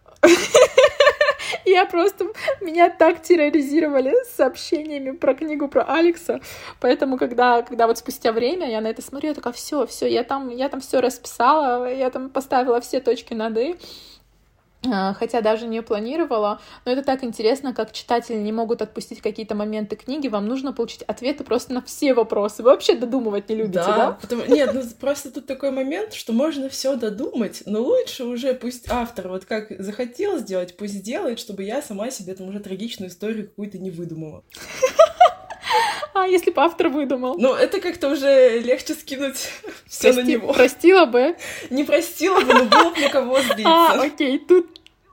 S1: Меня так терроризировали сообщениями про книгу про Алекса, поэтому когда вот спустя время я на это смотрю, я такая, все, я там все расписала, я там поставила все точки над «и», хотя даже не планировала, но это так интересно, как читатели не могут отпустить какие-то моменты книги, вам нужно получить ответы просто на все вопросы. Вы вообще додумывать не любите, да?
S2: Нет, просто тут такой момент, что можно все додумать, но лучше уже пусть автор вот как захотел сделать, пусть сделает, чтобы я сама себе там уже трагичную историю какую-то не выдумала.
S1: А если бы автор выдумал?
S2: Ну, это как-то уже легче скинуть все на него.
S1: Простила бы?
S2: Не простила бы, но было бы на кого злиться.
S1: Окей, тут...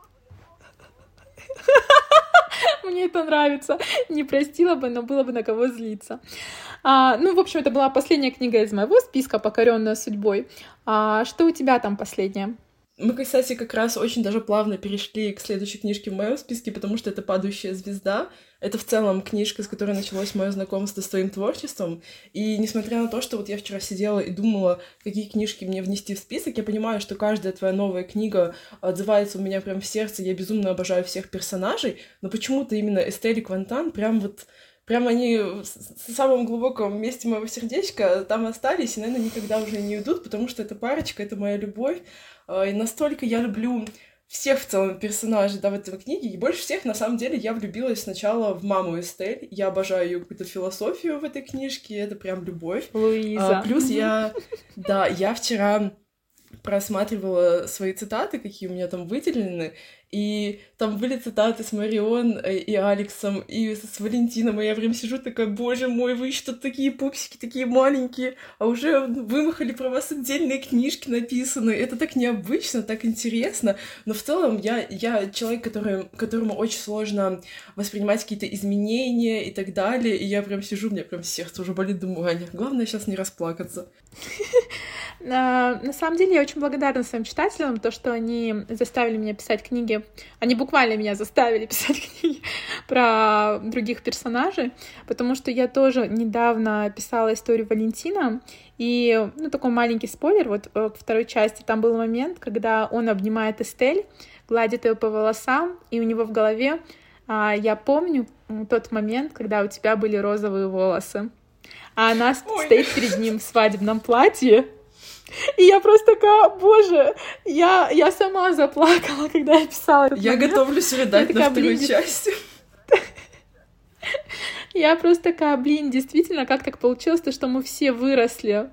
S1: Мне это нравится. Не простила бы, но было бы на кого злиться. В общем, это была последняя книга из моего списка «Покоренная судьбой». Что у тебя там последняя?
S2: Мы, кстати, как раз очень даже плавно перешли к следующей книжке в моем списке, потому что это «Падающая звезда». Это в целом книжка, с которой началось мое знакомство с твоим творчеством. И несмотря на то, что вот я вчера сидела и думала, какие книжки мне внести в список, я понимаю, что каждая твоя новая книга отзывается у меня прям в сердце. Я безумно обожаю всех персонажей, но почему-то именно Эстель и Квантан прям они в самом глубоком месте моего сердечка там остались и, наверное, никогда уже не уйдут, потому что эта парочка — это моя любовь. И настолько я люблю всех в целом персонажей, да, в этой книге. И больше всех, на самом деле, я влюбилась сначала в маму Эстель. Я обожаю ее какую-то философию в этой книжке. Это прям любовь.
S1: Луиза.
S2: Плюс я вчера просматривала свои цитаты, какие у меня там выделены, и там были цитаты с Марион и Алексом, и с Валентином, и я прям сижу такая, боже мой, вы что такие пупсики, такие маленькие, а уже вымахали про вас отдельные книжки написаны, это так необычно, так интересно, но в целом я человек, которому очень сложно воспринимать какие-то изменения и так далее, и я прям сижу, у меня прям сердце уже болит, думаю, Аня, главное сейчас не расплакаться.
S1: На самом деле я очень благодарна своим читателям, то, что они заставили меня писать книги. Они буквально меня заставили писать книги про других персонажей, потому что я тоже недавно писала историю Валентина, и, такой маленький спойлер, вот во второй части там был момент, когда он обнимает Эстель, гладит ее по волосам, и у него в голове, я помню тот момент, когда у тебя были розовые волосы, а она стоит перед ним в свадебном платье. И я просто такая, боже, я сама заплакала, когда я писала этот момент.
S2: Я готовлюсь рыдать на вторую часть.
S1: Я просто такая, действительно, как так получилось, то, что мы все выросли.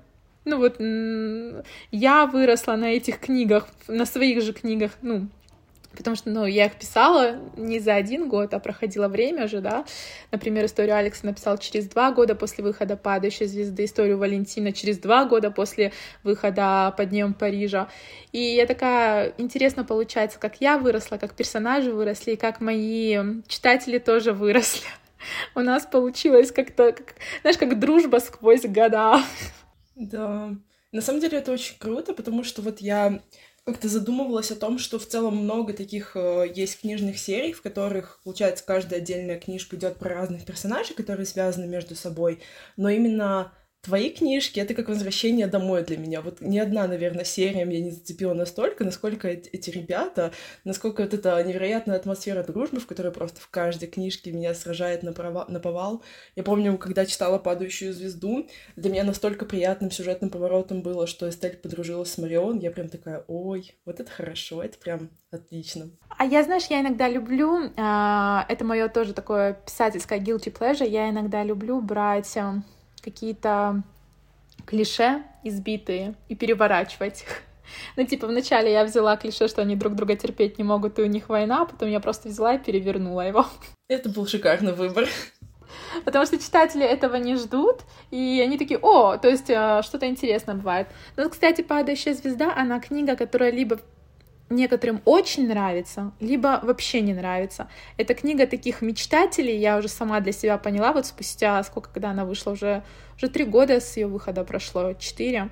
S1: Я выросла на этих книгах, на своих же книгах, потому что, я их писала не за 1 год, а проходило время же, да. Например, историю Алекса написала через 2 года после выхода «Падающей звезды», историю Валентина через 2 года после выхода «Под днём Парижа». И я такая, интересно получается, как я выросла, как персонажи выросли, и как мои читатели тоже выросли. У нас получилось как-то, знаешь, как дружба сквозь года.
S2: Да, на самом деле это очень круто, потому что вот я как-то задумывалась о том, что в целом много таких есть книжных серий, в которых, получается, каждая отдельная книжка идет про разных персонажей, которые связаны между собой, но именно твои книжки — это как возвращение домой для меня. Вот ни одна, наверное, серия меня не зацепила настолько, насколько эти ребята, насколько вот эта невероятная атмосфера дружбы, в которой просто в каждой книжке меня сражает наповал. Я помню, когда читала «Падающую звезду», для меня настолько приятным сюжетным поворотом было, что Эстель подружилась с Марион. Я прям такая: ой, вот это хорошо, это прям отлично.
S1: А я, знаешь, я иногда люблю, это мое тоже такое писательское guilty pleasure, я иногда люблю брать какие-то клише избитые и переворачивать их. Ну, типа, вначале я взяла клише, что они друг друга терпеть не могут, и у них война, а потом я просто взяла и перевернула его.
S2: Это был шикарный выбор.
S1: Потому что читатели этого не ждут, и они такие: о, то есть что-то интересное бывает. Ну, кстати, «Падающая звезда», она книга, которая либо некоторым очень нравится, либо вообще не нравится. Это книга таких мечтателей, я уже сама для себя поняла, вот спустя сколько, когда она вышла, уже 3 года с ее выхода прошло, 4.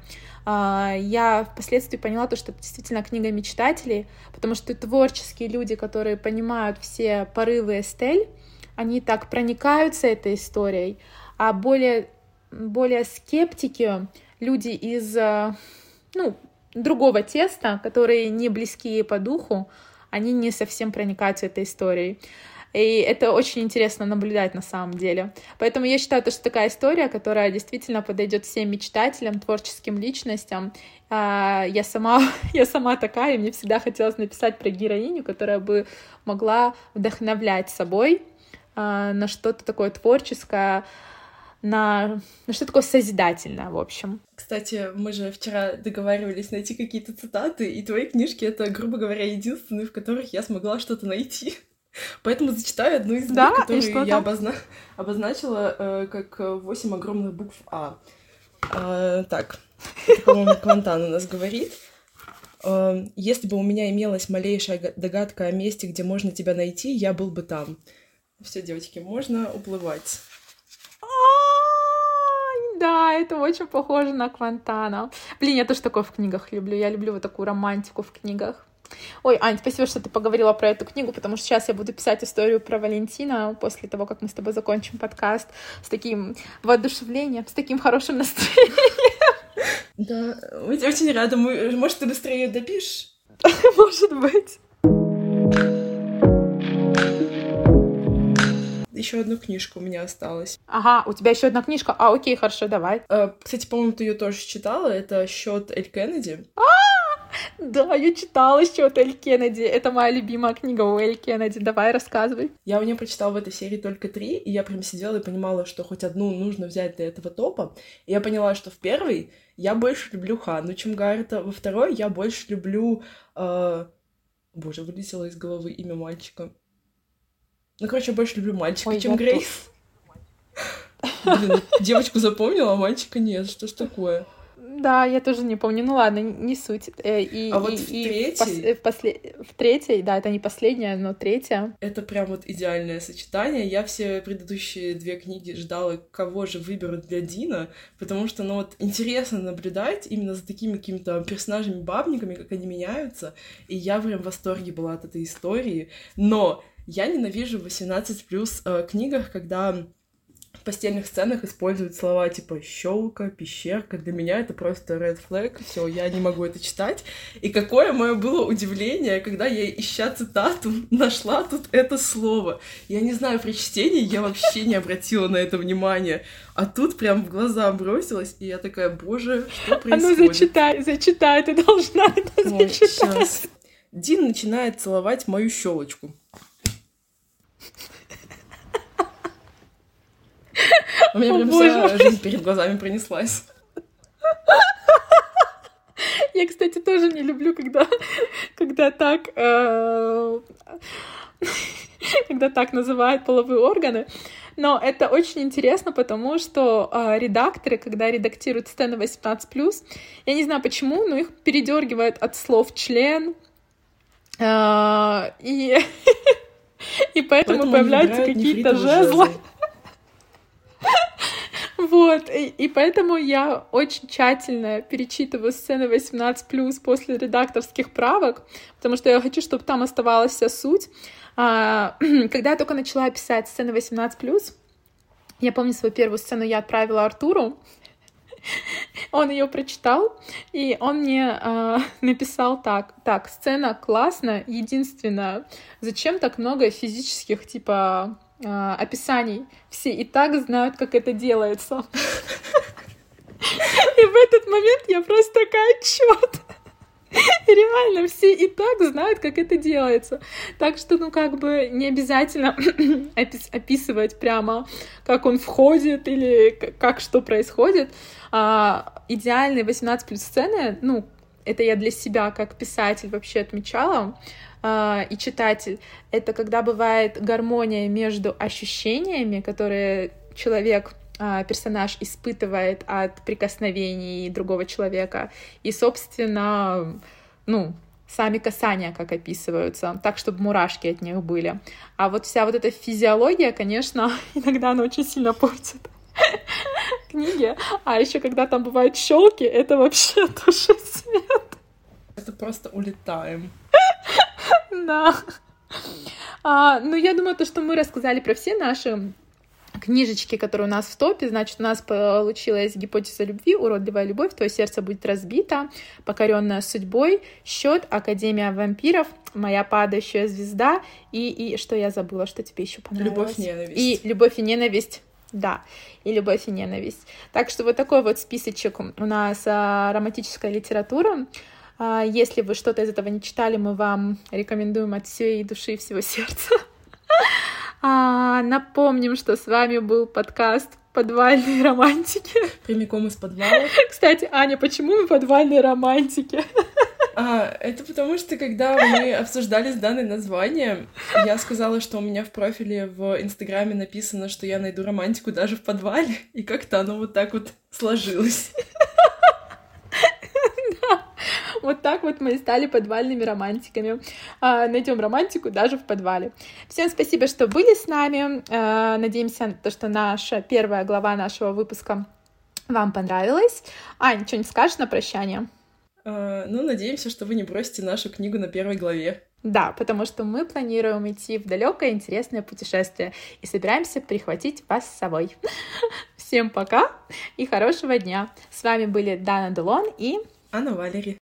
S1: Я впоследствии поняла то, что это действительно книга мечтателей, потому что творческие люди, которые понимают все порывы Эстель, они так проникаются этой историей, а более скептики, люди из, другого теста, которые не близкие по духу, они не совсем проникаются этой историей. И это очень интересно наблюдать на самом деле. Поэтому я считаю, что такая история, которая действительно подойдет всем мечтателям, творческим личностям. Я сама такая, и мне всегда хотелось написать про героиню, которая бы могла вдохновлять собой на что-то такое творческое, на что такое созидательное, в общем.
S2: Кстати, мы же вчера договаривались найти какие-то цитаты, и твои книжки — это, грубо говоря, единственные, в которых я смогла что-то найти. Поэтому зачитаю одну из них, которую я обозначила как 8 огромных букв А. Так, это, по-моему, Квантан у нас говорит. Если бы у меня имелась малейшая догадка о месте, где можно тебя найти, я был бы там. Все, девочки, можно уплывать.
S1: Да, это очень похоже на Квантана. Блин, я тоже такое в книгах люблю. Я люблю вот такую романтику в книгах. Ой, Ань, спасибо, что ты поговорила про эту книгу, потому что сейчас я буду писать историю про Валентина после того, как мы с тобой закончим подкаст, с таким воодушевлением, с таким хорошим настроением.
S2: Да, очень рада. Может, ты быстрее ее допишешь?
S1: Может быть.
S2: Еще одну книжку у меня осталась.
S1: Ага, у тебя еще одна книжка. Окей, хорошо, давай.
S2: Кстати, по-моему, ты ее тоже читала. Это «Счет Эль Кеннеди».
S1: Да, я читала «Счет Эль Кеннеди». Это моя любимая книга у Эль Кеннеди. Давай, рассказывай.
S2: Я у нее прочитала в этой серии только 3, и я прям сидела и понимала, что хоть одну нужно взять для этого топа. И я поняла, что в первой я больше люблю Ханну, чем Гаррета. Во второй я больше люблю... Боже, вылетело из головы имя мальчика. Ну, короче, я больше люблю мальчика, чем Грейс. Блин, девочку запомнила, а мальчика нет. Что ж такое?
S1: Да, я тоже не помню. Ну ладно, не суть.
S2: Вот в третьей...
S1: В третьей, да, это не последняя, но третья.
S2: Это прям вот идеальное сочетание. Я все предыдущие 2 книги ждала, кого же выберут для Дина, потому что, интересно наблюдать именно за такими какими-то персонажами-бабниками, как они меняются, и я прям в восторге была от этой истории. Но я ненавижу в 18+ книгах, когда в постельных сценах используют слова типа «щёлка», «пещерка». Для меня это просто red flag. Все, я не могу это читать. И какое мое было удивление, когда я, ища цитату, нашла тут это слово. Я не знаю, при чтении я вообще не обратила на это внимания. А тут прям в глаза бросилась, и я такая: боже, что происходит?
S1: А ну зачитай, ты должна это зачитать.
S2: Сейчас. Дин начинает целовать мою щелочку. У меня прям вся жизнь перед глазами пронеслась.
S1: Я, кстати, тоже не люблю, когда так называют половые органы. Но это очень интересно, потому что редакторы, когда редактируют сцены 18+, я не знаю почему, но их передергивают от слов «член», и поэтому появляются какие-то жезлы. Вот, и поэтому я очень тщательно перечитываю сцены 18+, после редакторских правок, потому что я хочу, чтобы там оставалась вся суть. Когда я только начала писать сцены 18+, я помню свою первую сцену я отправила Артуру, Он ее прочитал, и он мне написал так, сцена классная, единственное, зачем так много физических, типа, описаний? Все и так знают, как это делается. И в этот момент я просто такая, чёрт! Реально, все и так знают, как это делается. Так что, ну, как бы не обязательно описывать прямо, как он входит или как что происходит. Идеальные 18+ сцены, ну, это я для себя как писатель вообще отмечала, и читатель, это когда бывает гармония между ощущениями, которые человек, персонаж испытывает от прикосновений другого человека, и, собственно, ну, сами касания как описываются, так, чтобы мурашки от них были. А вот вся вот эта физиология, конечно, иногда она очень сильно портит книги. А еще когда там бывают щелки, это вообще тоже свет.
S2: Это просто улетаем.
S1: Да. Ну, я думаю, то, что мы рассказали про все наши книжечки, которые у нас в топе, значит, у нас получилась «Гипотеза любви», «Уродливая любовь», «Твое сердце будет разбито», «Покоренная судьбой», «Счет», «Академия вампиров», «Моя падающая звезда» и что я забыла, что тебе еще понравилось?
S2: «Любовь-ненависть».
S1: И «Любовь и ненависть». Да, и «Любовь и ненависть». Так что вот такой вот списочек у нас романтическая литература. Если вы что-то из этого не читали, мы вам рекомендуем от всей души и всего сердца. Напомним, что с вами был подкаст «Подвальные романтики».
S2: Прямиком из подвала.
S1: Кстати, Аня, почему мы подвальные романтики?
S2: Это потому что, когда мы обсуждали данное название, я сказала, что у меня в профиле в Инстаграме написано, что я найду романтику даже в подвале, и как-то оно вот так вот сложилось.
S1: Вот так вот мы и стали подвальными романтиками. Найдем романтику даже в подвале. Всем спасибо, что были с нами. Надеемся, что наша первая глава нашего выпуска вам понравилась. Ань, что-нибудь скажешь на прощание?
S2: Надеемся, что вы не бросите нашу книгу на первой главе.
S1: Да, потому что мы планируем идти в далекое интересное путешествие и собираемся прихватить вас с собой. Всем пока и хорошего дня. С вами были Дана Делон и
S2: Анна Валери.